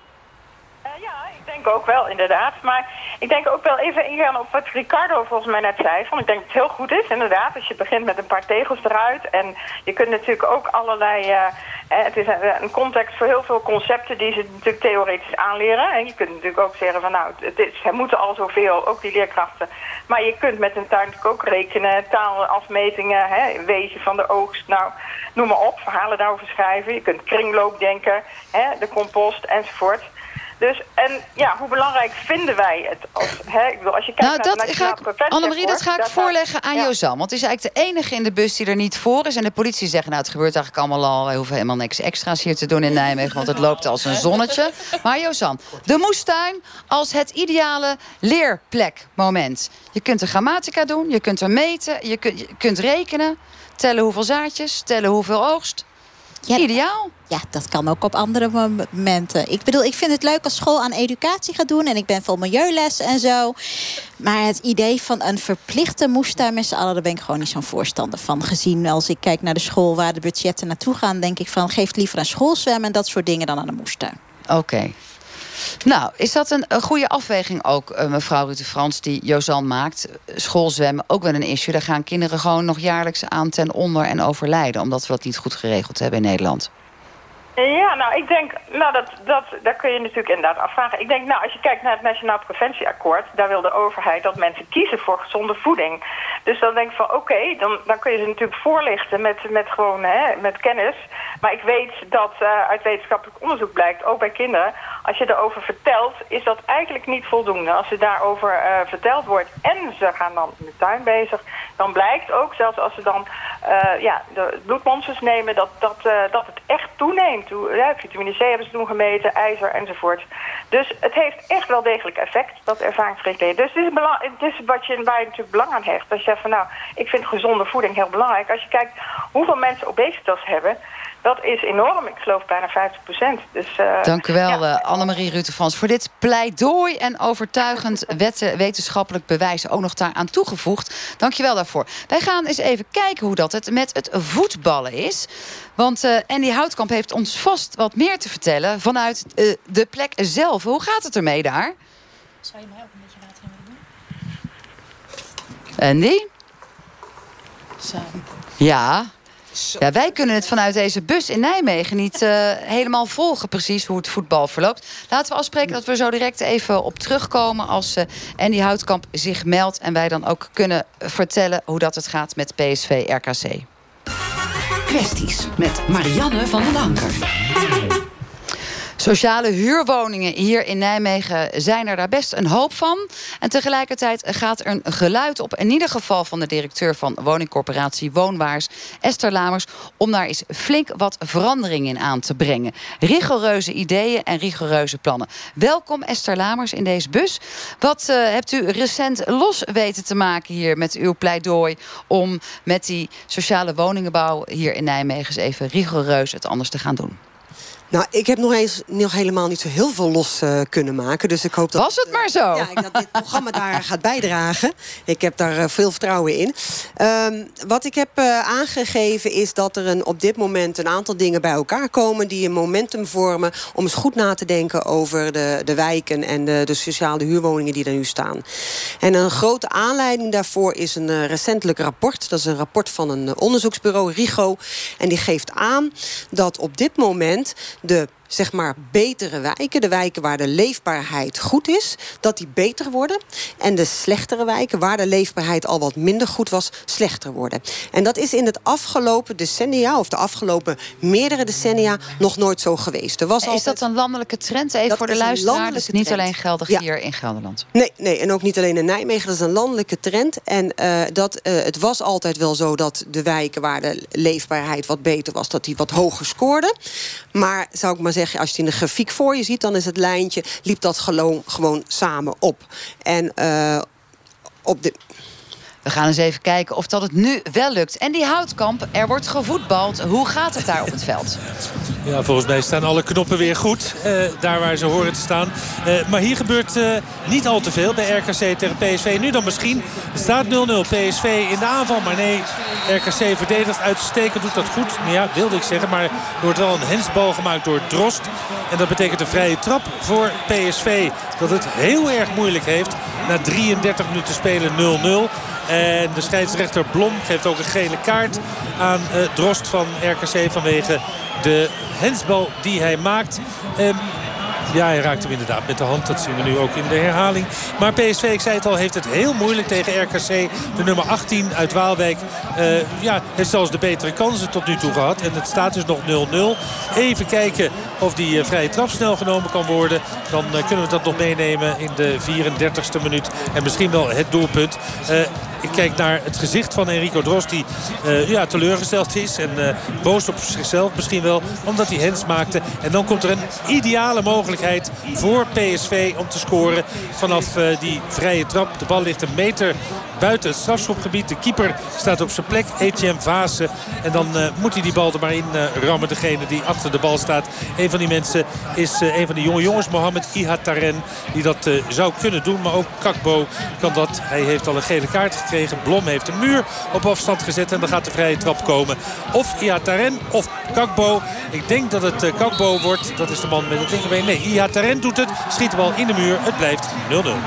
Ik denk ook wel, inderdaad. Maar ik denk ook wel even ingaan op wat Ricardo volgens mij net zei. Van, ik denk dat het heel goed is, inderdaad. Als je begint met een paar tegels eruit. En je kunt natuurlijk ook allerlei... Uh, het is een, een context voor heel veel concepten die ze natuurlijk theoretisch aanleren. En je kunt natuurlijk ook zeggen van nou, het is, er moeten al zoveel, ook die leerkrachten. Maar je kunt met een tuin natuurlijk ook rekenen, taalafmetingen, hè, wezen van de oogst. Nou, noem maar op, verhalen daarover schrijven. Je kunt kringloopdenken, hè, de compost enzovoort. Dus, en ja, hoe belangrijk vinden wij het? Als, hè, ik bedoel, als je kijkt nou, naar dat de ga ik, Annemarie, dat ga ik voorleggen aan ja. Jozan. Want het is eigenlijk de enige in de bus die er niet voor is. En de politie zegt, nou, het gebeurt eigenlijk allemaal al. Wij hoeven helemaal niks extra's hier te doen in Nijmegen, want het loopt als een zonnetje. Maar Jozan, de moestuin als het ideale leerplekmoment. Je kunt er grammatica doen, je kunt er meten, je kunt, je kunt rekenen, tellen hoeveel zaadjes, tellen hoeveel oogst. Ja, ideaal. Ja, dat kan ook op andere momenten. Ik bedoel, ik vind het leuk als school aan educatie gaat doen. En ik ben vol milieules en zo. Maar het idee van een verplichte moestuin met z'n allen, daar ben ik gewoon niet zo'n voorstander van. Gezien als ik kijk naar de school waar de budgetten naartoe gaan, denk ik van geef liever aan schoolzwemmen en dat soort dingen dan aan de moestuin. Oké. Okay. Nou, is dat een, een goede afweging ook, uh, mevrouw Rutte Frans, die Jozan maakt? Schoolzwemmen, ook wel een issue. Daar gaan kinderen gewoon nog jaarlijks aan ten onder en overlijden, omdat we dat niet goed geregeld hebben in Nederland. Ja, nou, ik denk, nou, dat, dat, daar kun je natuurlijk inderdaad afvragen. Ik denk, nou, als je kijkt naar het Nationaal Preventieakkoord, daar wil de overheid dat mensen kiezen voor gezonde voeding. Dus dan denk ik van, oké, okay, dan, dan kun je ze natuurlijk voorlichten met, met gewoon, hè, met kennis. Maar ik weet dat uh, uit wetenschappelijk onderzoek blijkt, ook bij kinderen, als je erover vertelt, is dat eigenlijk niet voldoende. Als er daarover uh, verteld wordt en ze gaan dan in de tuin bezig, dan blijkt ook, zelfs als ze dan uh, ja, de bloedmonsters nemen, dat, dat, uh, dat het echt toeneemt. Ja, vitamine C hebben ze toen gemeten, ijzer enzovoort. Dus het heeft echt wel degelijk effect, dat ervaringsgericht leren. Dus het is, belang, het is wat je, waar je natuurlijk belang aan hecht. Als je zegt van nou, ik vind gezonde voeding heel belangrijk. Als je kijkt hoeveel mensen obesitas hebben, dat is enorm. Ik geloof bijna vijftig procent. Dus, uh, Dank u wel, ja. uh, Annemarie Rutte Frans, voor dit pleidooi en overtuigend wetten, wetenschappelijk bewijs ook nog daaraan toegevoegd. Dank je wel daarvoor. Wij gaan eens even kijken hoe dat het met het voetballen is. Want uh, Andy Houtkamp heeft ons vast wat meer te vertellen vanuit uh, de plek zelf. Hoe gaat het ermee daar? Zou je mij ook een beetje water in doen? willen Andy? Zo. Ja. Ja, wij kunnen het vanuit deze bus in Nijmegen niet uh, helemaal volgen precies hoe het voetbal verloopt. Laten we afspreken dat we zo direct even op terugkomen als uh, Andy Houtkamp zich meldt en wij dan ook kunnen vertellen hoe dat het gaat met P S V R K C. Kwesties met Marianne van den Anker. Sociale huurwoningen hier in Nijmegen zijn er daar best een hoop van. En tegelijkertijd gaat er een geluid op, in ieder geval van de directeur van woningcorporatie Woonwaars, Esther Lamers, om daar eens flink wat verandering in aan te brengen. Rigoureuze ideeën en rigoureuze plannen. Welkom Esther Lamers in deze bus. Wat uh, hebt u recent los weten te maken hier met uw pleidooi om met die sociale woningenbouw hier in Nijmegen eens even rigoureus het anders te gaan doen? Nou, ik heb nog, eens, nog helemaal niet zo heel veel los uh, kunnen maken. Dus ik hoop dat... Was het maar zo? Ja, ik, dat dit programma daar gaat bijdragen. Ik heb daar uh, veel vertrouwen in. Um, wat ik heb uh, aangegeven is dat er een, op dit moment een aantal dingen bij elkaar komen... die een momentum vormen om eens goed na te denken over de, de wijken... en de, de sociale huurwoningen die er nu staan. En een grote aanleiding daarvoor is een uh, recentelijk rapport. Dat is een rapport van een uh, onderzoeksbureau, RIGO. En die geeft aan dat op dit moment... de zeg maar betere wijken, de wijken waar de leefbaarheid goed is... dat die beter worden. En de slechtere wijken, waar de leefbaarheid al wat minder goed was... slechter worden. En dat is in het afgelopen decennia... of de afgelopen meerdere decennia nog nooit zo geweest. Er was is altijd... dat een landelijke trend? Even dat voor de luisteraar, dus niet alleen geldig ja. hier in Gelderland. Nee, nee, en ook niet alleen in Nijmegen. Dat is een landelijke trend. En uh, dat, uh, het was altijd wel zo dat de wijken waar de leefbaarheid wat beter was... dat die wat hoger scoorden. Maar zou ik maar zeggen... als je het in de grafiek voor je ziet, dan is het lijntje... liep dat gewoon, gewoon samen op. En uh, op de... We gaan eens even kijken of dat het nu wel lukt. En die Houtkamp, er wordt gevoetbald. Hoe gaat het daar op het veld? Ja, volgens mij staan alle knoppen weer goed. Uh, daar waar ze horen te staan. Uh, maar hier gebeurt uh, niet al te veel bij R K C tegen P S V. Nu dan misschien. Het staat nul nul. P S V in de aanval. Maar nee, R K C verdedigt uitstekend. Doet dat goed. Nou ja, wilde ik zeggen. Maar er wordt wel een hensbal gemaakt door Drost. En dat betekent een vrije trap voor P S V. Dat het heel erg moeilijk heeft. Na drieëndertig minuten spelen nul nul. En de scheidsrechter Blom geeft ook een gele kaart aan uh, Drost van R K C vanwege de hensbal die hij maakt. Um, Ja, hij raakt hem inderdaad met de hand. Dat zien we nu ook in de herhaling. Maar P S V, ik zei het al, heeft het heel moeilijk tegen R K C. De nummer achttien uit Waalwijk uh, ja, heeft zelfs de betere kansen tot nu toe gehad. En het staat dus nog nul nul. Even kijken of die uh, vrije trap snel genomen kan worden. Dan uh, kunnen we dat nog meenemen in de vierendertigste minuut. En misschien wel het doelpunt. Uh, ik kijk naar het gezicht van Enrico Drost. Die uh, ja, teleurgesteld is. En uh, boos op zichzelf misschien wel. Omdat hij hens maakte. En dan komt er een ideale mogelijkheid voor P S V om te scoren. Vanaf uh, die vrije trap. De bal ligt een meter buiten het strafschopgebied. De keeper staat op zijn plek. Etienne Vaassen. En dan uh, moet hij die bal er maar in uh, rammen. Degene die achter de bal staat. Een van die mensen is uh, een van de jonge jongens. Mohamed Ihataren. Die dat uh, zou kunnen doen. Maar ook Kakbo kan dat. Hij heeft al een gele kaart gekregen. Blom heeft een muur op afstand gezet. En dan gaat de vrije trap komen. Of Ihataren of Kakbo. Ik denk dat het uh, Kakbo wordt. Dat is de man met het linkerbeen. Nee, Ihataren doet het. Schiet de bal in de muur. Het blijft nul nul.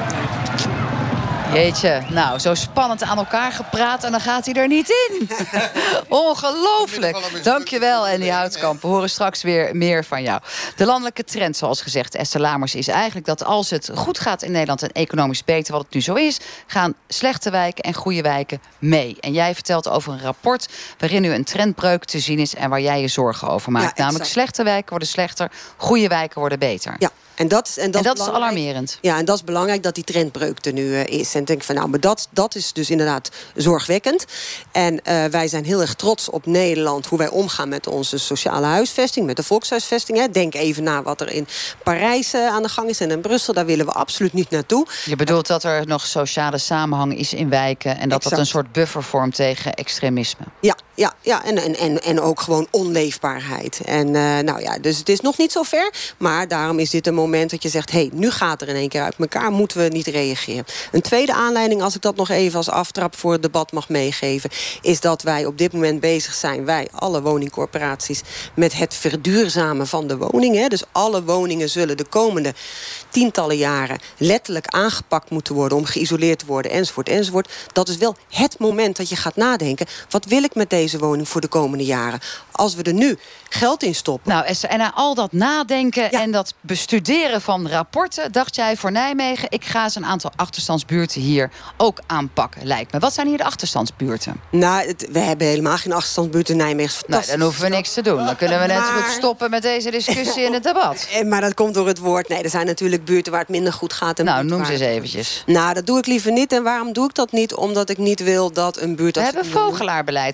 Jeetje, nou, zo spannend aan elkaar gepraat en dan gaat hij er niet in. Ongelooflijk. Dankjewel, Andy Houtkamp. We horen straks weer meer van jou. De landelijke trend, zoals gezegd, Esther Lamers, is eigenlijk dat als het goed gaat in Nederland en economisch beter, wat het nu zo is, gaan slechte wijken en goede wijken mee. En jij vertelt over een rapport waarin nu een trendbreuk te zien is en waar jij je zorgen over maakt. Ja, namelijk slechte wijken worden slechter, goede wijken worden beter. Ja. En dat, en dat, en dat is alarmerend. Ja, en dat is belangrijk dat die trendbreuk er nu uh, is. En ik denk van nou, maar dat, dat is dus inderdaad zorgwekkend. En uh, wij zijn heel erg trots op Nederland, hoe wij omgaan met onze sociale huisvesting, met de volkshuisvesting. Hè. Denk even na wat er in Parijs uh, aan de gang is en in Brussel. Daar willen we absoluut niet naartoe. Je bedoelt dat er nog sociale samenhang is in wijken en dat exact. dat een soort buffer vormt tegen extremisme. Ja, ja, ja. En, en, en, en ook gewoon onleefbaarheid. En uh, nou ja, dus het is nog niet zo ver, maar daarom is dit een moment dat je zegt, hé, hey, nu gaat er in één keer uit elkaar, moeten we niet reageren. Een tweede aanleiding, als ik dat nog even als aftrap voor het debat mag meegeven, is dat wij op dit moment bezig zijn, wij, alle woningcorporaties, met het verduurzamen van de woningen. Dus alle woningen zullen de komende tientallen jaren letterlijk aangepakt moeten worden om geïsoleerd te worden, enzovoort, enzovoort. Dat is wel het moment dat je gaat nadenken, wat wil ik met deze woning voor de komende jaren? Als we er nu geld in stoppen. Nou, Esther, en na al dat nadenken ja. en dat bestuderen van rapporten, dacht jij voor Nijmegen, ik ga eens een aantal achterstandsbuurten hier ook aanpakken, lijkt me. Wat zijn hier de achterstandsbuurten? Nou, het, we hebben helemaal geen achterstandsbuurten in Nijmegen. Nou, dan hoeven we niks te doen. Dan kunnen we net maar... goed stoppen met deze discussie in het debat. Maar dat komt door het woord. Nee, er zijn natuurlijk buurten waar het minder goed gaat. En nou, noem ze eens eventjes. Nou, dat doe ik liever niet. En waarom doe ik dat niet? Omdat ik niet wil dat een buurt... We hebben vogelaarbeleid gehad. Dat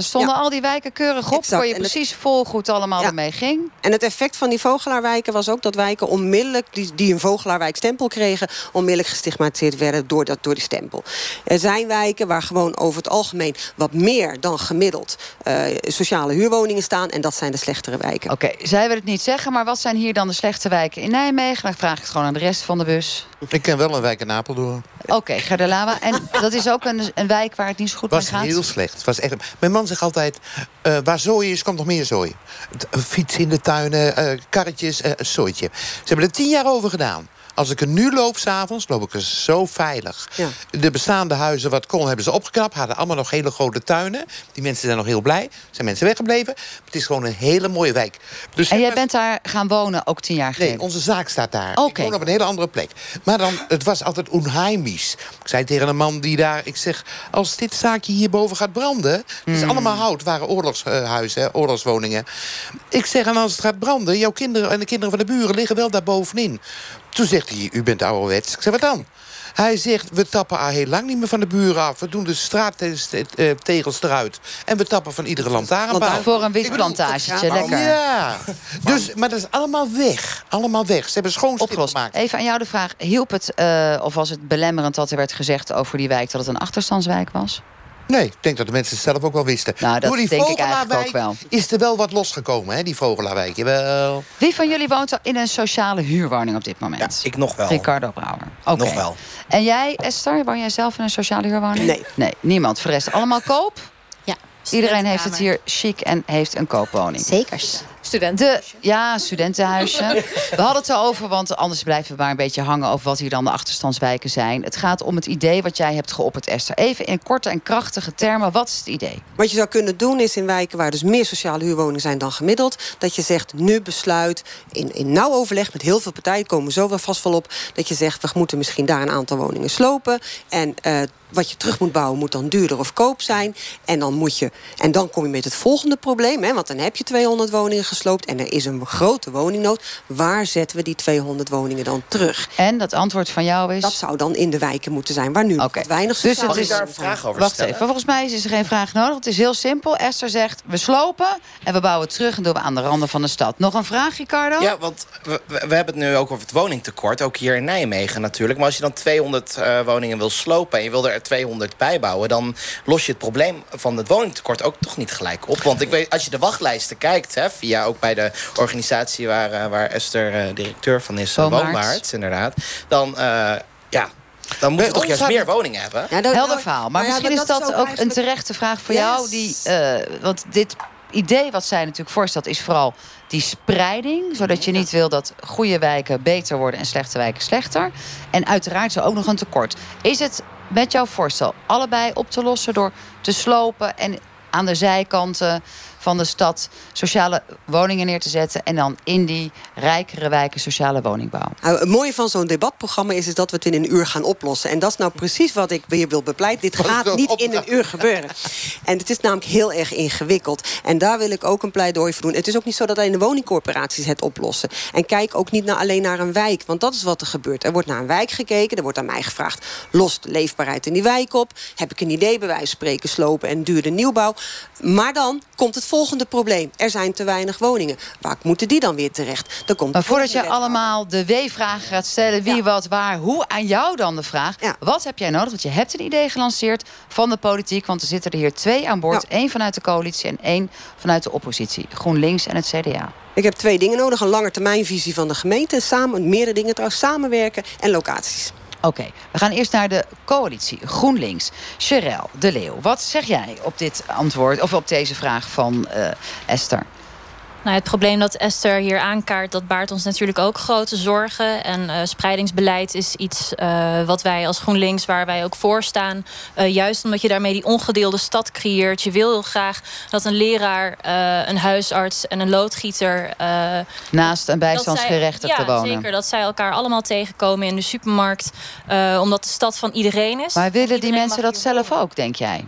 stonden Ja. al die wijken keurig op. Exact. Kon je En het- precies volgen hoe het allemaal Ja. ermee ging. En het effect van die vogelaarwijken was ook dat wijken onmiddellijk, die, die een vogelaarwijkstempel kregen, onmiddellijk gestigmatiseerd werden door, dat, door die stempel. Er zijn wijken waar gewoon over het algemeen wat meer dan gemiddeld uh, sociale huurwoningen staan. En dat zijn de slechtere wijken. Oké, okay, zij wil het niet zeggen, maar wat zijn hier dan de slechte wijken in Nijmegen? Dan vraag ik het gewoon aan de rest van de bus. Ik ken wel een wijk in Apeldoorn. Oké, okay, Gerdelawa. En dat is ook een, een wijk waar het niet zo goed mee gaat? Het was heel slecht. Het was echt... Mijn man zegt altijd, uh, waar zooi is, komt nog meer zooi. Fiets in de tuinen, uh, karretjes, uh, zooitje. Ze hebben er tien jaar over gedaan. Als ik er nu loop, 's avonds, loop ik er zo veilig. Ja. De bestaande huizen, wat kon, hebben ze opgeknapt. Hadden allemaal nog hele grote tuinen. Die mensen zijn nog heel blij. Zijn mensen weggebleven. Het is gewoon een hele mooie wijk. Dus en jij bent daar gaan wonen ook tien jaar geleden? Nee, onze zaak staat daar. Okay. Ik woon op een hele andere plek. Maar dan, het was altijd onheimisch. Ik zei tegen een man die daar... Ik zeg, als dit zaakje hierboven gaat branden... Het is Mm. allemaal hout, waren oorlogshuizen, uh, oorlogswoningen. Ik zeg, en als het gaat branden... Jouw kinderen en de kinderen van de buren liggen wel daar bovenin. Toen zegt hij, u bent ouderwets. Ik zeg, wat dan? Hij zegt, we tappen al heel lang niet meer van de buren af. We doen de straattegels eruit. En we tappen van iedere lantaarnpaal. Voor een wietplantagetje, lekker. Ja, dus, maar dat is allemaal weg. Allemaal weg. Ze hebben schoon gemaakt. Even aan jou de vraag, hielp het, uh, of was het belemmerend dat er werd gezegd over die wijk... dat het een achterstandswijk was? Nee, ik denk dat de mensen het zelf ook wel wisten. Nou, dat Door die denk ik eigenlijk ook wel. Is er wel wat losgekomen, hè, die Vogelaarwijk. Jawel. Wie van jullie woont er in een sociale huurwoning op dit moment? Ja, ik nog wel. Ricardo Brouwer. Okay. Nog wel. En jij, Esther, woon jij zelf in een sociale huurwoning? Nee. Nee, niemand. Voor de rest allemaal koop? Ja. Iedereen heeft het hier chic en heeft een koopwoning. Zeker. De, ja, studentenhuisje. We hadden het erover, want anders blijven we maar een beetje hangen... over wat hier dan de achterstandswijken zijn. Het gaat om het idee wat jij hebt geopperd, Esther. Even in korte en krachtige termen, wat is het idee? Wat je zou kunnen doen is in wijken waar dus meer sociale huurwoningen zijn dan gemiddeld... dat je zegt, nu besluit, in, in nauw overleg met heel veel partijen... komen we zo wel vast wel op, dat je zegt... we moeten misschien daar een aantal woningen slopen... en uh, wat je terug moet bouwen moet dan duurder of koop zijn. En dan, moet je, en dan kom je met het volgende probleem. Hè, want dan heb je tweehonderd woningen gesloopt... en er is een grote woningnood. Waar zetten we die tweehonderd woningen dan terug? En dat antwoord van jou is? Dat zou dan in de wijken moeten zijn, waar nu okay. wat weinig dus sociale het is daar een vraag over Wacht stellen? even, volgens mij is er geen vraag nodig. Het is heel simpel. Esther zegt, we slopen en we bouwen terug... en doen we aan de randen van de stad. Nog een vraag, Ricardo? Ja, want we, we hebben het nu ook over het woningtekort. Ook hier in Nijmegen natuurlijk. Maar als je dan tweehonderd uh, woningen wil slopen... en je wil er tweehonderd bijbouwen... dan los je het probleem van het woningtekort ook toch niet gelijk op. Want ik weet, als je de wachtlijsten kijkt... Hè, via ook bij de organisatie waar, uh, waar Esther uh, directeur van is... Uh, Woonwaarts, inderdaad. Dan, uh, ja... Dan moeten we toch juist meer woningen hebben. Ja, dat, Helder verhaal. Maar, maar misschien ja, is dat, dat is ook, ook een terechte vraag voor yes. jou. Die, uh, want dit idee wat zij natuurlijk voorstelt is vooral die spreiding. Zodat je niet wil dat goede wijken beter worden en slechte wijken slechter. En uiteraard is er ook nog een tekort. Is het met jouw voorstel allebei op te lossen door te slopen... en aan de zijkanten van de stad sociale woningen neer te zetten... en dan in die rijkere wijken sociale woningbouw? Nou, het mooie van zo'n debatprogramma is, is dat we het in een uur gaan oplossen. En dat is nou precies wat ik weer wil bepleiten. Dit gaat niet in een uur gebeuren. En het is namelijk heel erg ingewikkeld. En daar wil ik ook een pleidooi voor doen. Het is ook niet zo dat alleen de woningcorporaties het oplossen. En kijk ook niet naar, alleen naar een wijk. Want dat is wat er gebeurt. Er wordt naar een wijk gekeken. Er wordt aan mij gevraagd, lost de leefbaarheid in die wijk op? Heb ik een idee, bij wijze van spreken, slopen en duurde nieuwbouw? Maar dan komt het volgende probleem. Er zijn te weinig woningen. Waar moeten die dan weer terecht? Dan komt maar voordat je allemaal de W-vragen gaat stellen... wie, ja. wat, waar, hoe, aan jou dan de vraag... Ja. wat heb jij nodig? Want je hebt een idee gelanceerd van de politiek... want er zitten er hier twee aan boord. Ja. Eén vanuit de coalitie en één vanuit de oppositie. GroenLinks en het C D A. Ik heb twee dingen nodig. Een langetermijnvisie van de gemeente. Samen, meerdere dingen trouwens. Samenwerken en locaties. Oké, okay, we gaan eerst naar de coalitie GroenLinks. Sherelle de Leeuw, wat zeg jij op dit antwoord of op deze vraag van uh, Esther? Nou, het probleem dat Esther hier aankaart, dat baart ons natuurlijk ook grote zorgen. En uh, spreidingsbeleid is iets uh, wat wij als GroenLinks, waar wij ook voor staan. Uh, juist omdat je daarmee die ongedeelde stad creëert. Je wil heel graag dat een leraar, uh, een huisarts en een loodgieter... Uh, naast een bijstandsgerechtigde ja, wonen. Ja, zeker. Dat zij elkaar allemaal tegenkomen in de supermarkt. Uh, omdat de stad van iedereen is. Maar willen die mensen dat zelf ook, denk jij?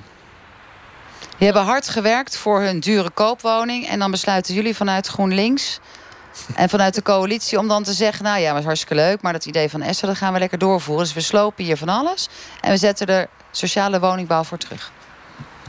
Die hebben hard gewerkt voor hun dure koopwoning... en dan besluiten jullie vanuit GroenLinks en vanuit de coalitie... om dan te zeggen, nou ja, dat is hartstikke leuk... maar dat idee van Esther, dat gaan we lekker doorvoeren. Dus we slopen hier van alles en we zetten er sociale woningbouw voor terug.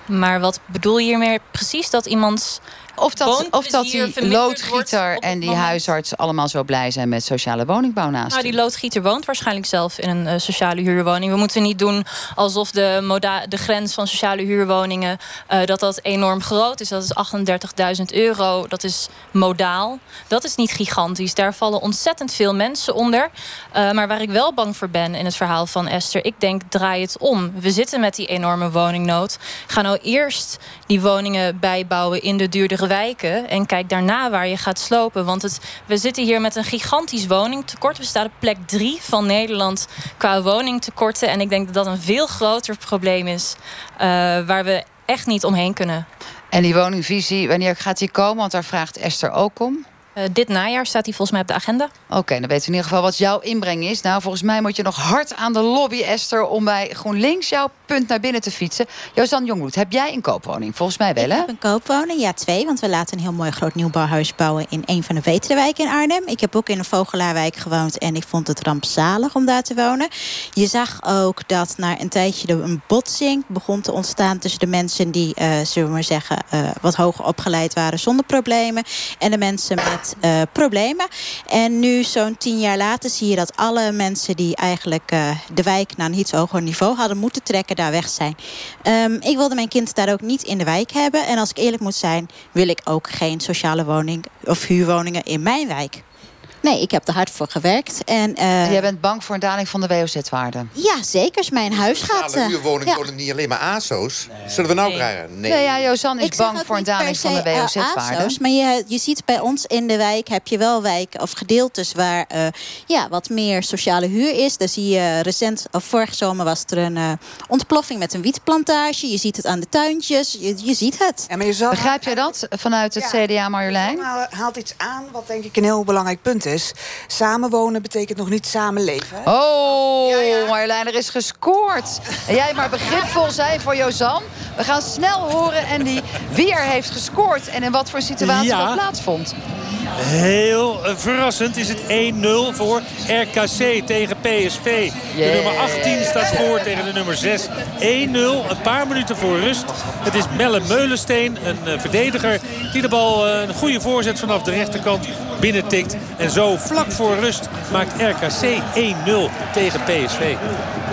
Maar wat bedoel je hiermee precies? Dat iemands Of dat, of dat die loodgieter wordt en die moment. huisarts allemaal zo blij zijn met sociale woningbouw naast Nou, u? die loodgieter woont waarschijnlijk zelf in een uh, sociale huurwoning. We moeten niet doen alsof de, moda- de grens van sociale huurwoningen uh, dat dat enorm groot is. Dat is achtendertigduizend euro. Dat is modaal. Dat is niet gigantisch. Daar vallen ontzettend veel mensen onder. Uh, maar waar ik wel bang voor ben in het verhaal van Esther, ik denk, draai het om. We zitten met die enorme woningnood. Ga nou eerst die woningen bijbouwen in de duurdere wijken en kijk daarna waar je gaat slopen. Want het, we zitten hier met een gigantisch woningtekort. We staan op plek drie van Nederland qua woningtekorten. En ik denk dat dat een veel groter probleem is uh, waar we echt niet omheen kunnen. En die woningvisie, wanneer gaat die komen? Want daar vraagt Esther ook om. Uh, dit najaar staat die volgens mij op de agenda. Oké, okay, dan weten we in ieder geval wat jouw inbreng is. Nou, volgens mij moet je nog hard aan de lobby, Esther, om bij GroenLinks jouw punt naar binnen te fietsen. Jozan Jongbloed, heb jij een koopwoning? Volgens mij wel, hè? Ik heb een koopwoning, ja, twee. Want we laten een heel mooi groot nieuwbouwhuis bouwen in een van de betere wijken in Arnhem. Ik heb ook in een Vogelaarwijk gewoond en ik vond het rampzalig om daar te wonen. Je zag ook dat na een tijdje een botsing begon te ontstaan tussen de mensen die, uh, zullen we maar zeggen, uh, wat hoger opgeleid waren zonder problemen en de mensen met Uh, problemen. En nu, zo'n tien jaar later, zie je dat alle mensen die eigenlijk uh, de wijk naar een iets hoger niveau hadden moeten trekken, daar weg zijn. Um, ik wilde mijn kind daar ook niet in de wijk hebben. En als ik eerlijk moet zijn, wil ik ook geen sociale woning of huurwoningen in mijn wijk. Nee, ik heb er hard voor gewerkt. En, uh, Jij bent bang voor een daling van de W O Z-waarde? Ja, zeker. Als mijn huis gaat... Sociale huurwoningen ja. worden niet alleen maar A S O's. Nee. Zullen we nou nee. krijgen? Nee, nee ja, Jozan is ik bang voor een daling van de W O Z-waarde. Uh, maar je, je ziet bij ons in de wijk heb je wel wijken of gedeeltes waar uh, ja, wat meer sociale huur is. Daar zie je recent, of vorige zomer was er een uh, ontploffing met een wietplantage. Je ziet het aan de tuintjes. Je, je ziet het. Ja, maar je zal... Begrijp jij dat vanuit het ja, C D A, Marjolein? Je haalt iets aan wat denk ik een heel belangrijk punt is. Samenwonen betekent nog niet samenleven. Hè? Oh, ja, ja. Marjolein, er is gescoord. En jij maar begripvol zijn voor Jozan. We gaan snel horen, Andy, wie er heeft gescoord en in wat voor situatie ja. dat plaatsvond. Heel uh, verrassend is het één nul voor R K C tegen P S V. Yeah. De nummer achttien staat voor tegen de nummer zes. één nul, een paar minuten voor rust. Het is Melle Meulensteen, een uh, verdediger, die de bal uh, een goede voorzet vanaf de rechterkant binnentikt. En zo vlak voor rust maakt R K C één nul tegen P S V.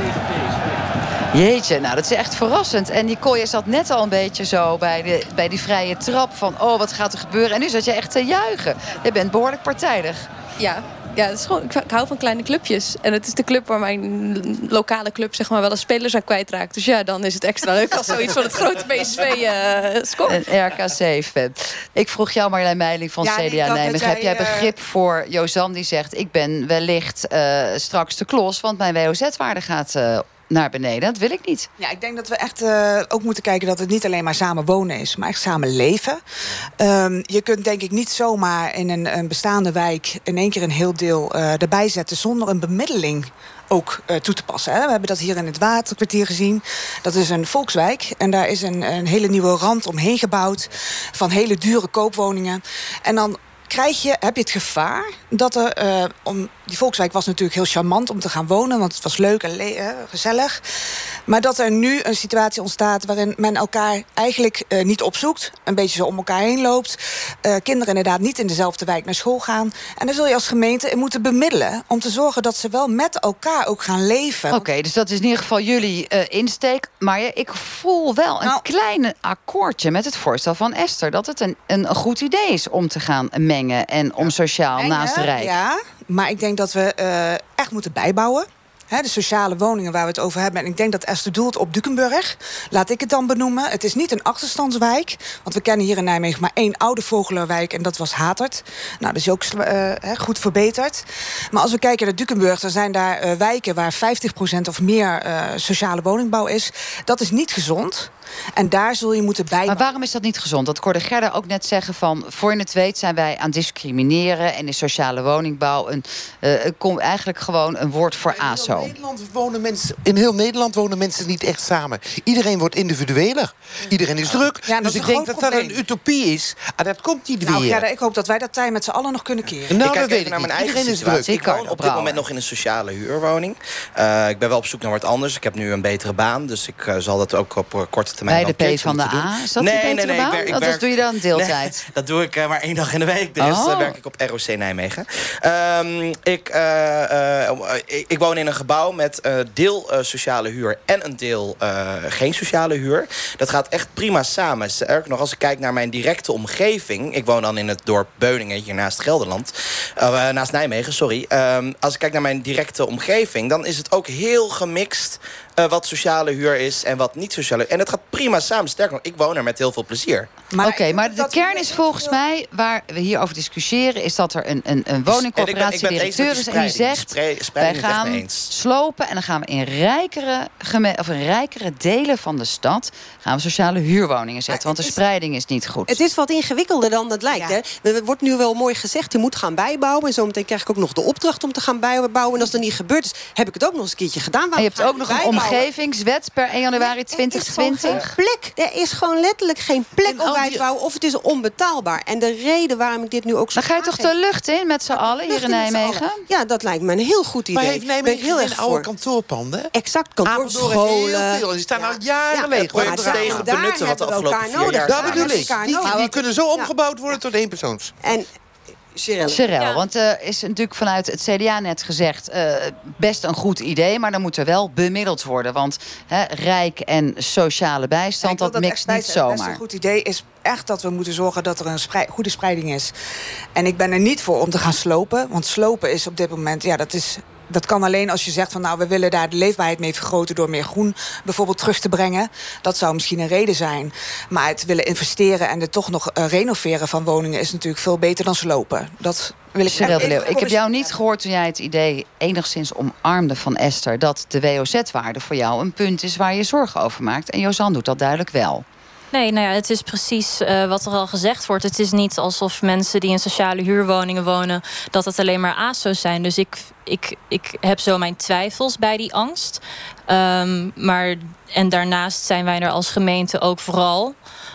Jeetje, nou dat is echt verrassend. En Nicole, je zat net al een beetje zo bij, de, bij die vrije trap van oh, wat gaat er gebeuren? En nu zat je echt te juichen. Je bent behoorlijk partijdig. Ja, ja het is gewoon, ik, ik hou van kleine clubjes. En het is de club waar mijn lokale club zeg maar wel eens spelers aan kwijtraakt. Dus ja, dan is het extra leuk als zoiets van het grote P S V uh, scoort. Een R K C-fan. Ik vroeg jou, Marjolein Meiling van ja, C D A Nijmegen. Heb jij begrip voor Jozan die zegt ik ben wellicht uh, straks te klos, want mijn W O Z-waarde gaat uh, naar beneden. Dat wil ik niet. Ja, ik denk dat we echt uh, ook moeten kijken dat het niet alleen maar samen wonen is, maar echt samen leven. Um, je kunt denk ik niet zomaar in een, een bestaande wijk in één keer een heel deel uh, erbij zetten zonder een bemiddeling ook uh, toe te passen. Hè. We hebben dat hier in het Waterkwartier gezien. Dat is een volkswijk en daar is een, een hele nieuwe rand omheen gebouwd van hele dure koopwoningen. En dan krijg je, heb je het gevaar dat er... Uh, om, die volkswijk was natuurlijk heel charmant om te gaan wonen, want het was leuk en le- uh, gezellig. Maar dat er nu een situatie ontstaat waarin men elkaar eigenlijk uh, niet opzoekt. Een beetje zo om elkaar heen loopt. Uh, kinderen inderdaad niet in dezelfde wijk naar school gaan. En dan zul je als gemeente in moeten bemiddelen om te zorgen dat ze wel met elkaar ook gaan leven. Oké, okay, dus dat is in ieder geval jullie uh, insteek. Maar ja, ik voel wel een nou, klein akkoordje met het voorstel van Esther. Dat het een, een, een goed idee is om te gaan mengen en om sociaal mengen, naast de Rijk. Ja, maar ik denk dat we uh, echt moeten bijbouwen. He, de sociale woningen waar we het over hebben. En ik denk dat Esther doelt op Dukenburg. Laat ik het dan benoemen. Het is niet een achterstandswijk. Want we kennen hier in Nijmegen maar één oude Vogelerwijk. En dat was Hatert. Nou, dat is ook uh, he, goed verbeterd. Maar als we kijken naar Dukenburg, dan zijn daar uh, wijken waar vijftig procent of meer uh, sociale woningbouw is. Dat is niet gezond. En daar zul je moeten bij. Maar waarom is dat niet gezond? Dat hoorde Gerda ook net zeggen van voor je het weet zijn wij aan het discrimineren en de sociale woningbouw een, uh, komt eigenlijk gewoon een woord voor A S O. In heel, Nederland wonen mensen, in heel Nederland wonen mensen niet echt samen. Iedereen wordt individueler. Iedereen is druk. Ja, dus ik denk dat dat een utopie is. Ah, dat komt niet nou, weer. Gerda, ik hoop dat wij dat tij met z'n allen nog kunnen keren. Nou, ik kijk dat even weet naar ik mijn niet. eigen Iedereen situatie. is druk. Ik woon op dit moment nog in een sociale huurwoning. Uh, ik ben wel op zoek naar wat anders. Ik heb nu een betere baan. Dus ik uh, zal dat ook op uh, korte termijn. Bij de P van de A? Is dat nee, die nee, betere nee, baan? Ik werk, ik dat werk, doe je dan deeltijd? Nee, dat doe ik uh, maar één dag in de week. Dus oh. uh, werk ik op R O C Nijmegen. Um, ik, uh, uh, ik, ik woon in een gebouw met uh, deel uh, sociale huur en een deel uh, geen sociale huur. Dat gaat echt prima samen. Sterker nog, als ik kijk naar mijn directe omgeving... ik woon dan in het dorp Beuningen, hier naast Gelderland. Uh, naast Nijmegen, sorry. Um, als ik kijk naar mijn directe omgeving... dan is het ook heel gemixt... Uh, wat sociale huur is en wat niet sociale huur. En het gaat prima samen. Sterker nog, ik woon er met heel veel plezier. Oké, okay, maar de kern is volgens mij... waar we hier over discussiëren... is dat er een, een, een woningcorporatie directeur is... en die zegt, wij gaan slopen... en dan gaan we in rijkere, of in rijkere delen van de stad... gaan we sociale huurwoningen zetten. Want de spreiding is niet goed. Het is wat ingewikkelder dan het lijkt. Ja. Hè? Er wordt nu wel mooi gezegd, je moet gaan bijbouwen. En zometeen krijg ik ook nog de opdracht om te gaan bijbouwen. En als dat niet gebeurt is, heb ik het ook nog eens een keertje gedaan. En je hebt ook nog een omgevingswet per één januari twintig twintig. Er is plek. Er is gewoon letterlijk geen plek om bij te bouwen. Of het is onbetaalbaar. En de reden waarom ik dit nu ook zo... Dan ga je toch de lucht in met z'n allen hier in Nijmegen? Ja, dat lijkt me een heel goed idee. Maar heeft Nijmegen heel erg oude kantoorpanden? Exact, kantoorpanden. Heel veel. Die staan al jaren ja, leeg. Maar tegen benutten wat de afgelopen vier jaar... Dat bedoel ik. Die, die kunnen zo omgebouwd worden tot één persoons. En Sherelle. Sherelle, ja. Want er uh, is natuurlijk vanuit het C D A net gezegd... Uh, best een goed idee, maar dan moet er wel bemiddeld worden. Want hè, rijk en sociale bijstand, ja, dat mixt niet zomaar. Het best een goed idee is echt dat we moeten zorgen dat er een sprei- goede spreiding is. En ik ben er niet voor om te gaan slopen. Want slopen is op dit moment, ja, dat is... Dat kan alleen als je zegt van nou, we willen daar de leefbaarheid mee vergroten... door meer groen bijvoorbeeld terug te brengen. Dat zou misschien een reden zijn. Maar het willen investeren en het toch nog uh, renoveren van woningen... is natuurlijk veel beter dan slopen. Dat wil ik Sherelle de Leeuw, ik heb jou niet gehoord toen jij het idee enigszins omarmde van Esther... dat de W O Z-waarde voor jou een punt is waar je zorgen over maakt. En Jozan doet dat duidelijk wel. Nee, nou ja, het is precies uh, wat er al gezegd wordt. Het is niet alsof mensen die in sociale huurwoningen wonen... dat het alleen maar A S O's zijn. Dus ik, ik, ik heb zo mijn twijfels bij die angst. Um, maar, en daarnaast zijn wij er als gemeente ook vooral...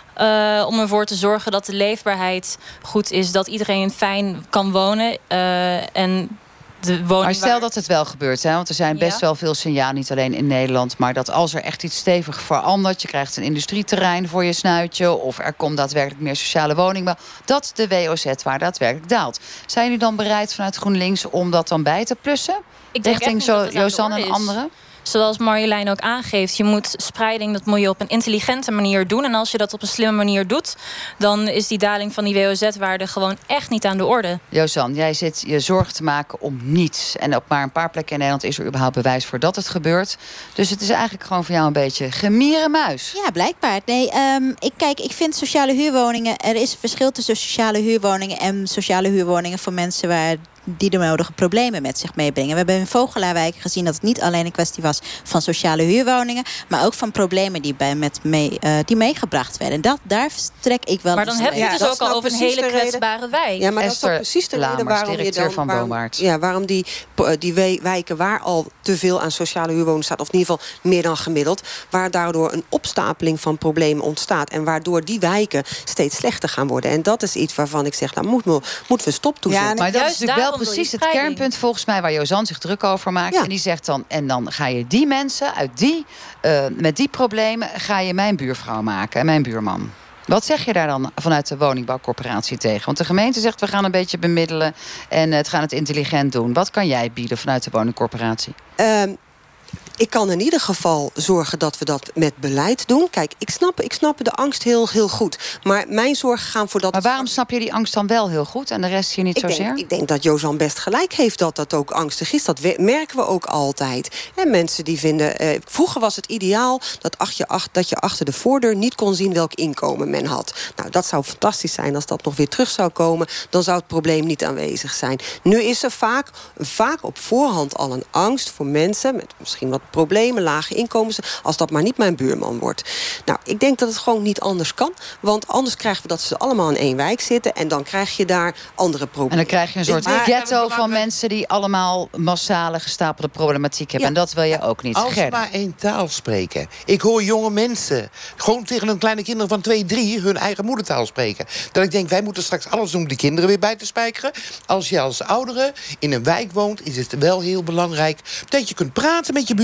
Uh, om ervoor te zorgen dat de leefbaarheid goed is... dat iedereen fijn kan wonen uh, en... Maar stel waar... dat het wel gebeurt, hè? Want er zijn best ja. wel veel signalen, niet alleen in Nederland... maar dat als er echt iets stevig verandert... je krijgt een industrieterrein voor je snuitje... of er komt daadwerkelijk meer sociale woningen... dat de W O Z-waarde daadwerkelijk daalt. Zijn jullie dan bereid vanuit GroenLinks om dat dan bij te plussen? Ik denk richting zo Jozan en anderen? Zoals Marjolein ook aangeeft, je moet spreiding, dat moet je op een intelligente manier doen. En als je dat op een slimme manier doet, dan is die daling van die W O Z-waarde gewoon echt niet aan de orde. Jozan, jij zit je zorgen te maken om niets. En op maar een paar plekken in Nederland is er überhaupt bewijs voor dat het gebeurt. Dus het is eigenlijk gewoon voor jou een beetje gemierenmuis. Ja, blijkbaar. Nee, um, ik, kijk, ik vind sociale huurwoningen... Er is een verschil tussen sociale huurwoningen en sociale huurwoningen voor mensen waar... die de nodige problemen met zich meebrengen. We hebben in Vogelaarwijk gezien dat het niet alleen een kwestie was van sociale huurwoningen, maar ook van problemen die, bij met mee, uh, die meegebracht werden. Dat, daar trek ik wel. Maar dan heb je het dus ook al over een hele kwetsbare wijk. Ja, maar Esther dat is precies de reden Lamers, waarom je dan, van waarom, ja, waarom die, die wijken waar al te veel aan sociale huurwoningen staat, of in ieder geval meer dan gemiddeld, waar daardoor een opstapeling van problemen ontstaat en waardoor die wijken steeds slechter gaan worden. En dat is iets waarvan ik zeg, nou moeten we, moeten we stop toezetten. Ja, maar dat is natuurlijk wel precies het kernpunt volgens mij waar Jozan zich druk over maakt. Ja. En die zegt dan, en dan ga je die mensen uit die, uh, met die problemen ga je mijn buurvrouw maken en mijn buurman. Wat zeg je daar dan vanuit de woningbouwcorporatie tegen? Want de gemeente zegt, we gaan een beetje bemiddelen en het gaan het intelligent doen. Wat kan jij bieden vanuit de woningcorporatie? Um, Ik kan in ieder geval zorgen dat we dat met beleid doen. Kijk, ik snap, ik snap de angst heel, heel goed. Maar mijn zorgen gaan voor dat... Maar waarom snap je die angst dan wel heel goed en de rest hier niet ik zozeer? Denk, ik denk dat Jozan best gelijk heeft dat dat ook angstig is. Dat we, merken we ook altijd. En mensen die vinden... Eh, vroeger was het ideaal dat, ach, je ach, dat je achter de voordeur niet kon zien welk inkomen men had. Nou, dat zou fantastisch zijn als dat nog weer terug zou komen. Dan zou het probleem niet aanwezig zijn. Nu is er vaak, vaak op voorhand al een angst voor mensen met misschien wat problemen, lage inkomens, als dat maar niet mijn buurman wordt. Nou, ik denk dat het gewoon niet anders kan. Want anders krijgen we dat ze allemaal in één wijk zitten en dan krijg je daar andere problemen. En dan krijg je een soort maar, ghetto van mensen die allemaal massale gestapelde problematiek hebben. Ja. En dat wil je ook niet. Als ze maar één taal spreken. Ik hoor jonge mensen gewoon tegen hun kleine kinderen van twee, drie hun eigen moedertaal spreken. Dat ik denk, wij moeten straks alles doen om die kinderen weer bij te spijkeren. Als je als oudere in een wijk woont, is het wel heel belangrijk dat je kunt praten met je buurman.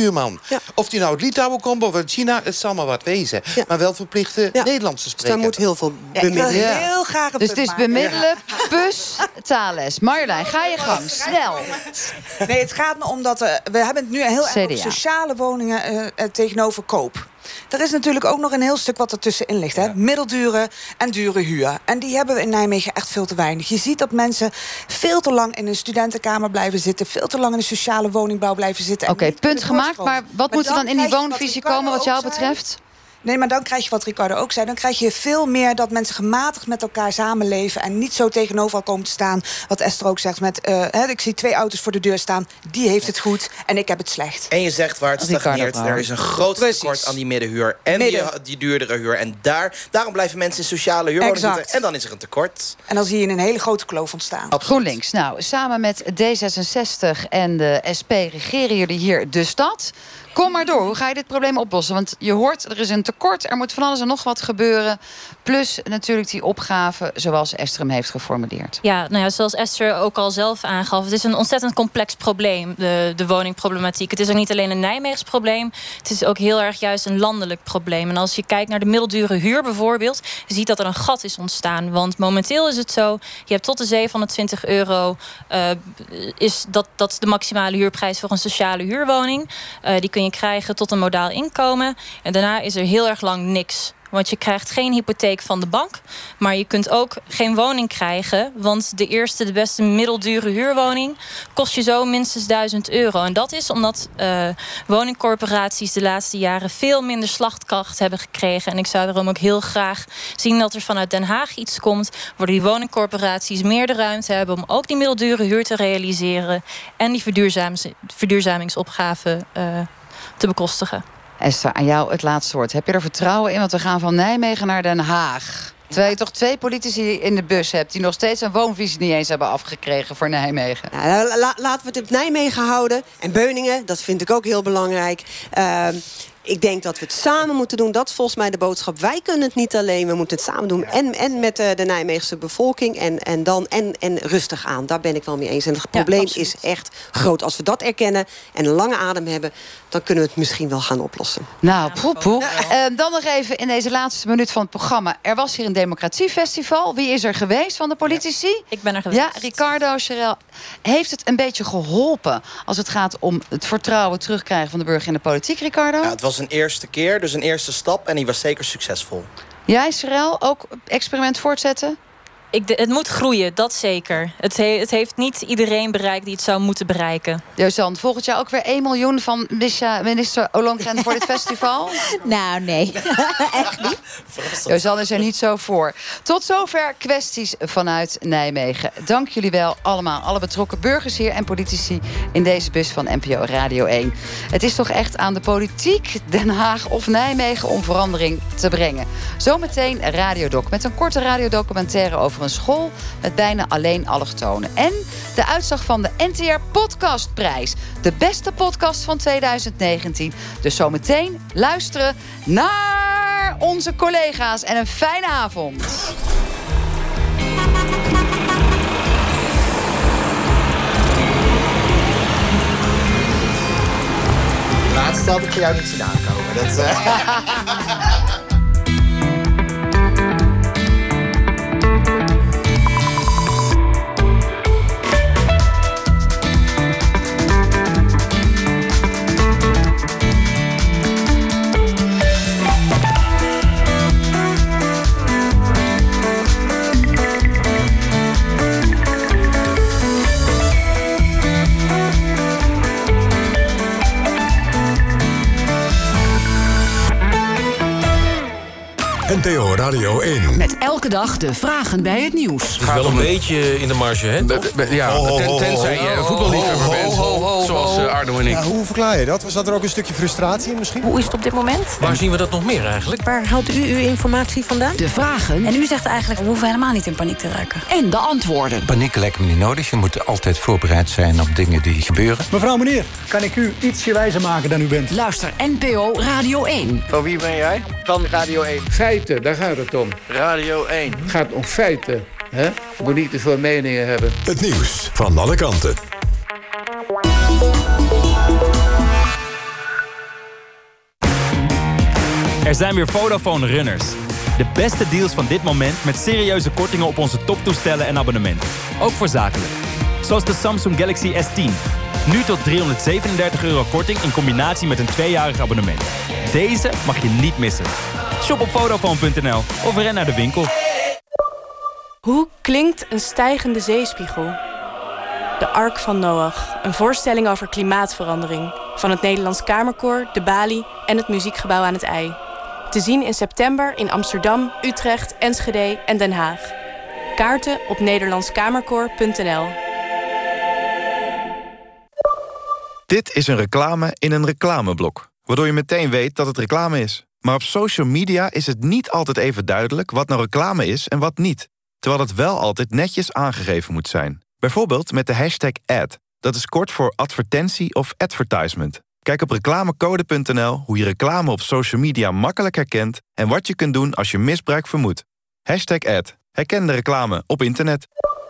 buurman. Ja. Of die nou uit Litouwen komt of uit China, het zal maar wat wezen. Ja. Maar wel verplichte ja. Nederlandse spreken. Dus daar moet heel veel bemiddelen. Ja, heel graag een dus het is bemiddelen, ja. Pus, taalles. Marjolein, ga je gang, snel. Nee, het gaat me om dat uh, we hebben het nu heel erg over sociale woningen uh, uh, tegenover koop. Er is natuurlijk ook nog een heel stuk wat ertussenin ligt. Hè? Ja. Middeldure en dure huur. En die hebben we in Nijmegen echt veel te weinig. Je ziet dat mensen veel te lang in een studentenkamer blijven zitten. Veel te lang in de sociale woningbouw blijven zitten. Oké, okay, punt gemaakt. Maar wat maar moet er dan in die woonvisie komen wat jou betreft? Nee, maar dan krijg je wat Ricardo ook zei. Dan krijg je veel meer dat mensen gematigd met elkaar samenleven. En niet zo tegenover elkaar komen te staan. Wat Esther ook zegt. Met, uh, hè, ik zie twee auto's voor de deur staan. Die heeft het goed en ik heb het slecht. En je zegt waar het stagneert. Er is een groot tekort aan die middenhuur. En die, die duurdere huur. En daar, daarom blijven mensen in sociale huurwoningen zitten. En dan is er een tekort. En dan zie je een hele grote kloof ontstaan. Absoluut. GroenLinks. Nou, samen met D zesenzestig en de S P regeren jullie hier de stad. Kom maar door, hoe ga je dit probleem oplossen? Want je hoort, er is een tekort, er moet van alles en nog wat gebeuren. Plus natuurlijk die opgave zoals Esther hem heeft geformuleerd. Ja, nou ja, zoals Esther ook al zelf aangaf. Het is een ontzettend complex probleem, de, de woningproblematiek. Het is ook niet alleen een Nijmeegs probleem. Het is ook heel erg juist een landelijk probleem. En als je kijkt naar de middeldure huur bijvoorbeeld, je ziet dat er een gat is ontstaan. Want momenteel is het zo, je hebt tot de zevenhonderdtwintig euro... Uh, is dat, dat is de maximale huurprijs voor een sociale huurwoning. Uh, die kun je krijgen tot een modaal inkomen. En daarna is er heel erg lang niks. Want je krijgt geen hypotheek van de bank. Maar je kunt ook geen woning krijgen. Want de eerste, de beste middeldure huurwoning kost je zo minstens duizend euro. En dat is omdat uh, woningcorporaties de laatste jaren veel minder slachtkracht hebben gekregen. En ik zou daarom ook heel graag zien dat er vanuit Den Haag iets komt, waar die woningcorporaties meer de ruimte hebben om ook die middeldure huur te realiseren. En die verduurzamings- verduurzamingsopgave uh, te bekostigen. Esther, aan jou het laatste woord. Heb je er vertrouwen in? Want we gaan van Nijmegen naar Den Haag. Terwijl je toch twee politici in de bus hebt die nog steeds een woonvisie niet eens hebben afgekregen voor Nijmegen. Nou, la, laten we het op Nijmegen houden. En Beuningen, dat vind ik ook heel belangrijk. Uh, Ik denk dat we het samen moeten doen. Dat is volgens mij de boodschap. Wij kunnen het niet alleen. We moeten het samen doen. En, en met de, de Nijmeegse bevolking. En, en, dan, en, en rustig aan. Daar ben ik wel mee eens. En het probleem ja, is echt groot. Als we dat erkennen en een lange adem hebben, dan kunnen we het misschien wel gaan oplossen. Nou, poe, poe. Uh, dan nog even in deze laatste minuut van het programma. Er was hier een democratiefestival. Wie is er geweest van de politici? Ja, ik ben er geweest. Ja, Ricardo, Sherelle. Heeft het een beetje geholpen als het gaat om het vertrouwen terugkrijgen van de burger in de politiek, Ricardo? Ja, het was een eerste keer, dus een eerste stap. En die was zeker succesvol. Jij, Sherelle, ook experiment voortzetten? Ik de, het moet groeien, dat zeker. Het, he, het heeft niet iedereen bereikt die het zou moeten bereiken. Josan, volgend jaar ook weer één miljoen van minister Ollongren voor dit festival? Nou, nee. Echt niet. Josan is er niet zo voor. Tot zover kwesties vanuit Nijmegen. Dank jullie wel allemaal, alle betrokken burgers hier en politici in deze bus van N P O Radio één. Het is toch echt aan de politiek, Den Haag of Nijmegen om verandering te brengen. Zometeen Radiodoc met een korte radiodocumentaire over een school met bijna alleen allochtonen. En de uitslag van de N T R Podcastprijs. De beste podcast van tweeduizend negentien. Dus zometeen luisteren naar onze collega's. En een fijne avond. Laatste had ik voor jou niet zien aankomen. Dat, uh... N T O Radio één. Met elke dag de vragen bij het nieuws. Het is wel een beetje in de marge, hè? Ja, ten, tenzij je voetballiefhebber bent, zoals uh, Arno en ik. Ja, hoe verklaar je dat? Zat er ook een stukje frustratie in misschien? Hoe is het op dit moment? Waar zien we dat nog meer eigenlijk? Waar haalt u uw informatie vandaan? De vragen. En u zegt eigenlijk, we hoeven helemaal niet in paniek te raken. En de antwoorden. Paniek lijkt me niet nodig. Je moet altijd voorbereid zijn op dingen die gebeuren. Mevrouw, meneer, kan ik u ietsje wijzer maken dan u bent? Luister N P O Radio één. Van wie ben jij? Van Radio één. Feiten, daar gaat het om. Radio één. Het gaat om feiten. Hè? Je moet niet te veel meningen hebben. Het nieuws van alle kanten. Er zijn weer Vodafone Runners. De beste deals van dit moment met serieuze kortingen op onze toptoestellen en abonnementen. Ook voor zakelijk. Zoals de Samsung Galaxy S tien. Nu tot driehonderdzevenendertig euro korting in combinatie met een tweejarig abonnement. Deze mag je niet missen. Shop op Vodafone punt n l of ren naar de winkel. Hoe klinkt een stijgende zeespiegel? De Ark van Noach, een voorstelling over klimaatverandering. Van het Nederlands Kamerkoor, de Bali en het Muziekgebouw aan het IJ. Te zien in september in Amsterdam, Utrecht, Enschede en Den Haag. Kaarten op nederlandskamerkoor punt n l. Dit is een reclame in een reclameblok, waardoor je meteen weet dat het reclame is. Maar op social media is het niet altijd even duidelijk wat nou reclame is en wat niet. Terwijl het wel altijd netjes aangegeven moet zijn. Bijvoorbeeld met de hashtag ad. Dat is kort voor advertentie of advertisement. Kijk op reclamecode punt n l hoe je reclame op social media makkelijk herkent en wat je kunt doen als je misbruik vermoedt. Hashtag ad. Herken de reclame op internet.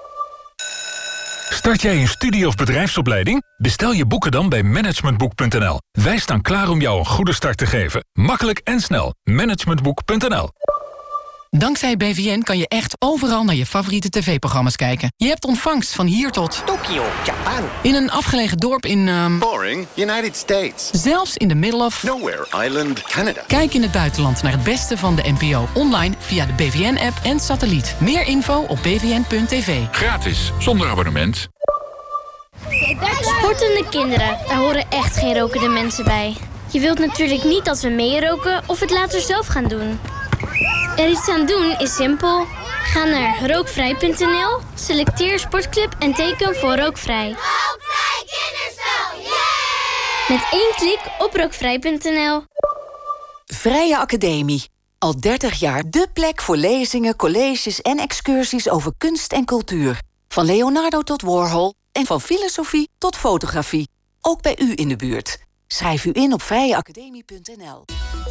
Start jij een studie- of bedrijfsopleiding? Bestel je boeken dan bij managementboek punt n l. Wij staan klaar om jou een goede start te geven. Makkelijk en snel. managementboek punt n l. Dankzij B V N kan je echt overal naar je favoriete tv-programma's kijken. Je hebt ontvangst van hier tot Tokio, Japan. In een afgelegen dorp in... Um... Boring, United States. Zelfs in the middle of... Nowhere, Island, Canada. Kijk in het buitenland naar het beste van de N P O. Online via de B V N-app en satelliet. Meer info op b v n punt t v. Gratis, zonder abonnement. Sportende kinderen, daar horen echt geen rokende mensen bij. Je wilt natuurlijk niet dat ze meeroken of het later zelf gaan doen. Er iets aan doen is simpel. Ga naar rookvrij punt n l, selecteer sportclub en teken voor rookvrij. Rookvrij kinderspel, yeah! Met één klik op rookvrij punt n l. Vrije Academie. Al dertig jaar dé plek voor lezingen, colleges en excursies over kunst en cultuur. Van Leonardo tot Warhol en van filosofie tot fotografie. Ook bij u in de buurt. Schrijf u in op vrije academie punt n l.